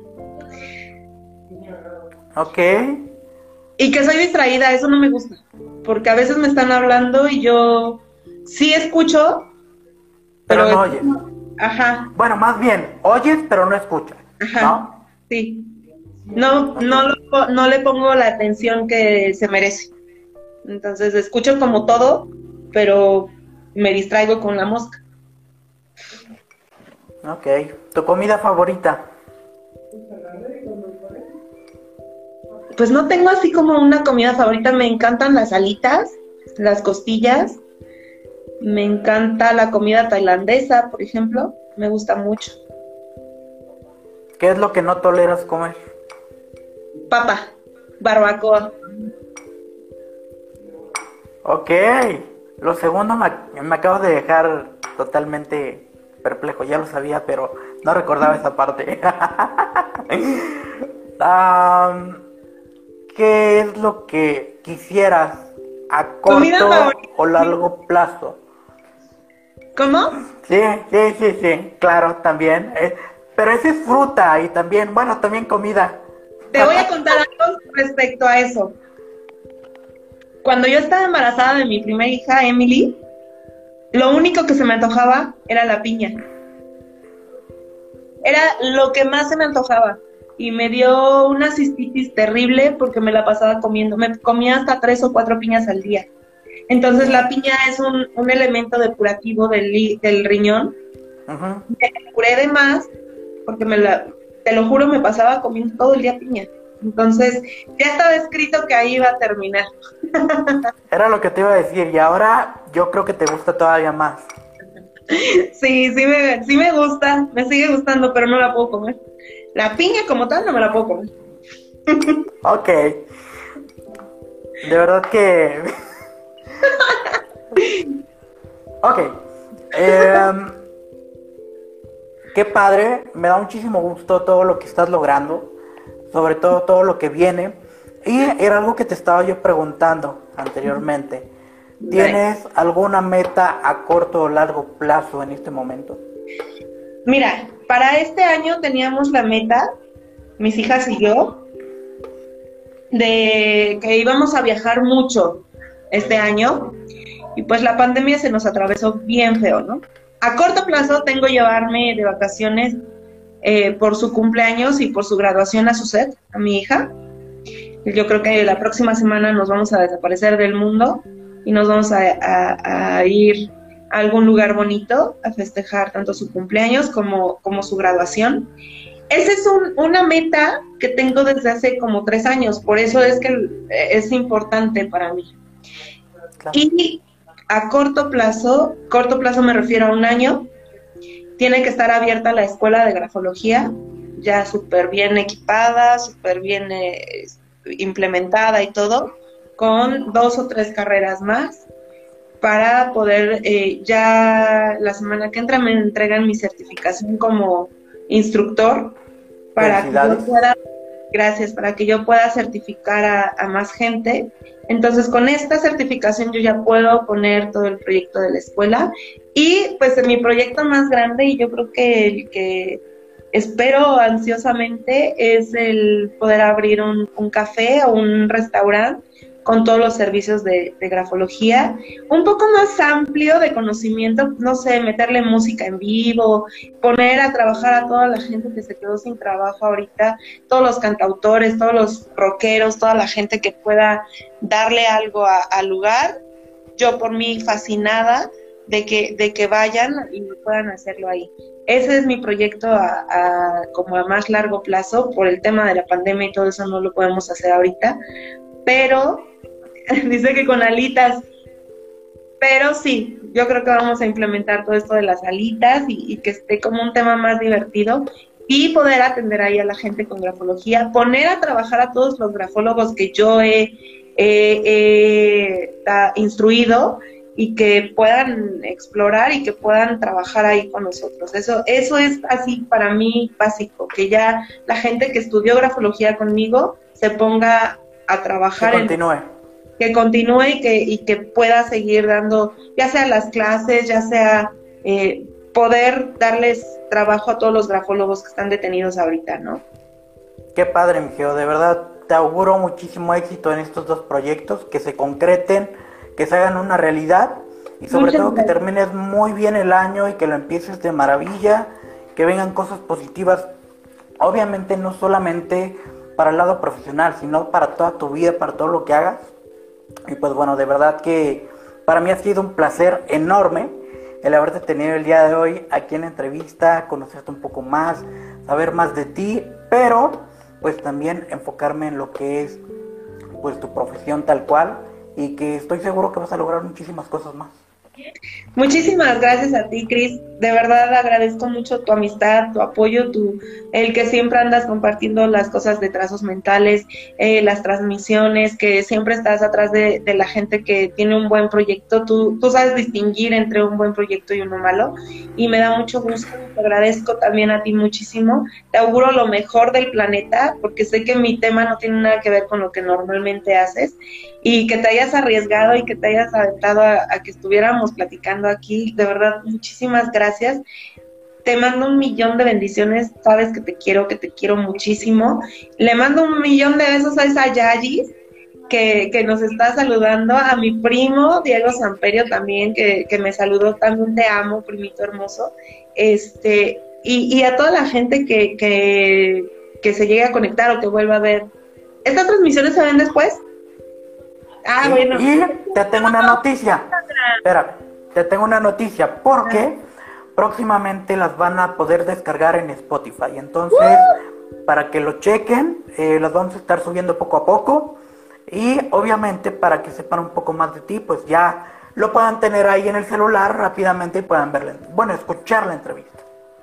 Ok. Y que soy distraída, eso no me gusta, porque a veces me están hablando y yo sí escucho, Pero, pero... no oyes. Ajá. Bueno, más bien, oyes pero no escuchas, Ajá. ¿no? Sí. No, Okay. no, lo, no le pongo la atención que se merece. Entonces escucho como todo, pero me distraigo con la mosca. Ok. ¿Tu comida favorita? Pues no tengo así como una comida favorita. Me encantan las alitas, las costillas. Me encanta la comida tailandesa, por ejemplo. Me gusta mucho. ¿Qué es lo que no toleras comer? Papa, barbacoa. Ok. Lo segundo me, me acabo de dejar totalmente perplejo. Ya lo sabía, pero no recordaba esa parte. um, ¿Qué es lo que quisieras a corto o largo plazo? ¿Cómo? Sí, sí, sí, sí, claro, también. Eh, pero esa es fruta y también, bueno, también comida. Te voy a contar algo respecto a eso. Cuando yo estaba embarazada de mi primera hija, Emily, lo único que se me antojaba era la piña. Era lo que más se me antojaba. Y me dio una cistitis terrible porque me la pasaba comiendo. Me comía hasta tres o cuatro piñas al día. Entonces la piña es un, un elemento depurativo del, del riñón. Uh-huh. Me curé de más porque me la, te lo juro, me pasaba comiendo todo el día piña. Entonces ya estaba escrito que ahí iba a terminar. Era lo que te iba a decir y ahora yo creo que te gusta todavía más. Sí, sí me, sí me gusta, me sigue gustando, pero no la puedo comer. La piña como tal no me la puedo comer. Ok. De verdad que... Ok. Eh, qué padre, me da muchísimo gusto todo lo que estás logrando, sobre todo todo lo que viene. Y era algo que te estaba yo preguntando anteriormente. ¿Tienes alguna meta a corto o largo plazo en este momento? Mira, para este año teníamos la meta, mis hijas y yo, de que íbamos a viajar mucho este año. Y pues la pandemia se nos atravesó bien feo, ¿no? A corto plazo tengo llevarme de vacaciones eh, por su cumpleaños y por su graduación a Suset, a mi hija. Yo creo que la próxima semana nos vamos a desaparecer del mundo y nos vamos a, a, a ir a algún lugar bonito a festejar tanto su cumpleaños como, como su graduación. Esa es un, una meta que tengo desde hace como tres años, por eso es que es importante para mí. Claro. Y a corto plazo, corto plazo me refiero a un año, tiene que estar abierta la escuela de grafología, ya súper bien equipada, súper bien eh, implementada y todo, con dos o tres carreras más, para poder, eh, ya la semana que entra me entregan mi certificación como instructor, para que yo pueda, gracias, para que yo pueda certificar a, a más gente. Entonces con esta certificación yo ya puedo poner todo el proyecto de la escuela Y pues mi proyecto más grande, y yo creo que el que espero ansiosamente, es el poder abrir un, un café o un restaurante con todos los servicios de, de grafología, un poco más amplio de conocimiento, no sé, meterle música en vivo, poner a trabajar a toda la gente que se quedó sin trabajo ahorita, todos los cantautores, todos los rockeros, toda la gente que pueda darle algo al lugar. Yo por mí fascinada de que, de que vayan y puedan hacerlo ahí. Ese es mi proyecto a, a, como a más largo plazo. Por el tema de la pandemia y todo eso no lo podemos hacer ahorita, pero dice que con alitas, pero sí, yo creo que vamos a implementar todo esto de las alitas y, y que esté como un tema más divertido y poder atender ahí a la gente con grafología, poner a trabajar a todos los grafólogos que yo he, he, he da, instruido y que puedan explorar y que puedan trabajar ahí con nosotros. Eso, eso es así para mí básico, que ya la gente que estudió grafología conmigo se ponga a trabajar. Que continúe. En, que continúe y que, y que pueda seguir dando, ya sea las clases, ya sea eh, poder darles trabajo a todos los grafólogos que están detenidos ahorita, ¿no? Qué padre, mi Geo, de verdad te auguro muchísimo éxito en estos dos proyectos, que se concreten, que se hagan una realidad y sobre Muchas todo gracias. Que termines muy bien el año y que lo empieces de maravilla, que vengan cosas positivas, obviamente no solamente para el lado profesional, sino para toda tu vida, para todo lo que hagas. Y pues bueno, de verdad que para mí ha sido un placer enorme el haberte tenido el día de hoy aquí en la entrevista, conocerte un poco más, saber más de ti, pero pues también enfocarme en lo que es pues tu profesión tal cual, y que estoy seguro que vas a lograr muchísimas cosas más. Muchísimas gracias a ti, Cris. De verdad agradezco mucho tu amistad, tu apoyo, tu el que siempre andas compartiendo las cosas de trazos mentales, eh, las transmisiones, que siempre estás atrás de, de la gente que tiene un buen proyecto. Tú, tú sabes distinguir entre un buen proyecto y uno malo, y me da mucho gusto. Te agradezco también a ti muchísimo. Te auguro lo mejor del planeta, porque sé que mi tema no tiene nada que ver con lo que normalmente haces, y que te hayas arriesgado y que te hayas aventado a, a que estuviéramos platicando aquí. De verdad, muchísimas gracias. Te mando un millón de bendiciones. Sabes que te quiero, que te quiero muchísimo. Le mando un millón de besos a esa Yayis que, que nos está saludando, a mi primo Diego Samperio también, que, que me saludó. También te amo, primito hermoso. Este, y, y a toda la gente que, que, que se llegue a conectar o que vuelva a ver. ¿Estas transmisiones se ven después? Ah, y, bueno. Y te tengo una noticia. Espera, te tengo una noticia, porque próximamente las van a poder descargar en Spotify. Entonces, uh. para que lo chequen, eh, las vamos a estar subiendo poco a poco. Y obviamente para que sepan un poco más de ti, pues ya lo puedan tener ahí en el celular rápidamente y puedan verla, bueno, escuchar la entrevista.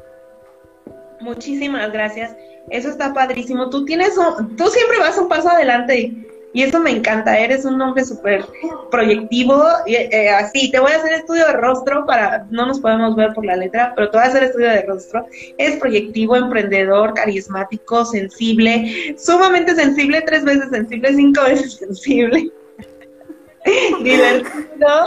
Muchísimas gracias. Eso está padrísimo. Tú tienes un, tú siempre vas un paso adelante y, y eso me encanta. Eres un hombre súper proyectivo. Y, eh, así, te voy a hacer estudio de rostro para, no nos podemos ver por la letra, pero te voy a hacer estudio de rostro. Es proyectivo, emprendedor, carismático, sensible, sumamente sensible, tres veces sensible, cinco veces sensible. divertido,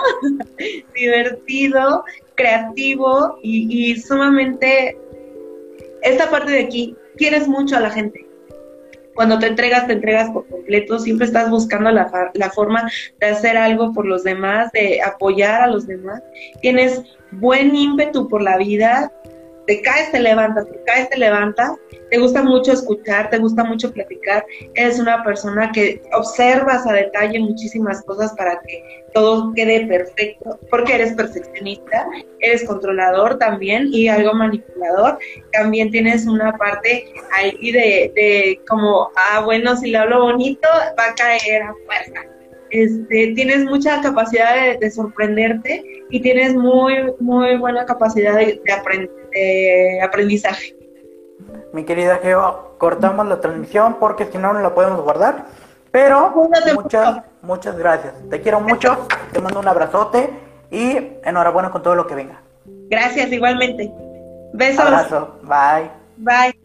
divertido, creativo y, y sumamente, esta parte de aquí, quieres mucho a la gente. Cuando te entregas, te entregas por completo, siempre estás buscando la, la forma de hacer algo por los demás, de apoyar a los demás. Tienes buen ímpetu por la vida, te caes, te levantas, te caes, te levantas, te gusta mucho escuchar, te gusta mucho platicar, eres una persona que observas a detalle muchísimas cosas para que todo quede perfecto, porque eres perfeccionista, eres controlador también y algo manipulador. También tienes una parte ahí de, de como, ah, bueno, si le hablo bonito, va a caer a fuerza. Este, tienes mucha capacidad de, de sorprenderte y tienes muy, muy buena capacidad de, de, aprend de aprendizaje. Mi querida Geo, cortamos la transmisión porque si no, no la podemos guardar. Pero muchas, muchas gracias. Te quiero mucho, te mando un abrazote y enhorabuena con todo lo que venga. Gracias, igualmente. Besos. Abrazo, bye. Bye.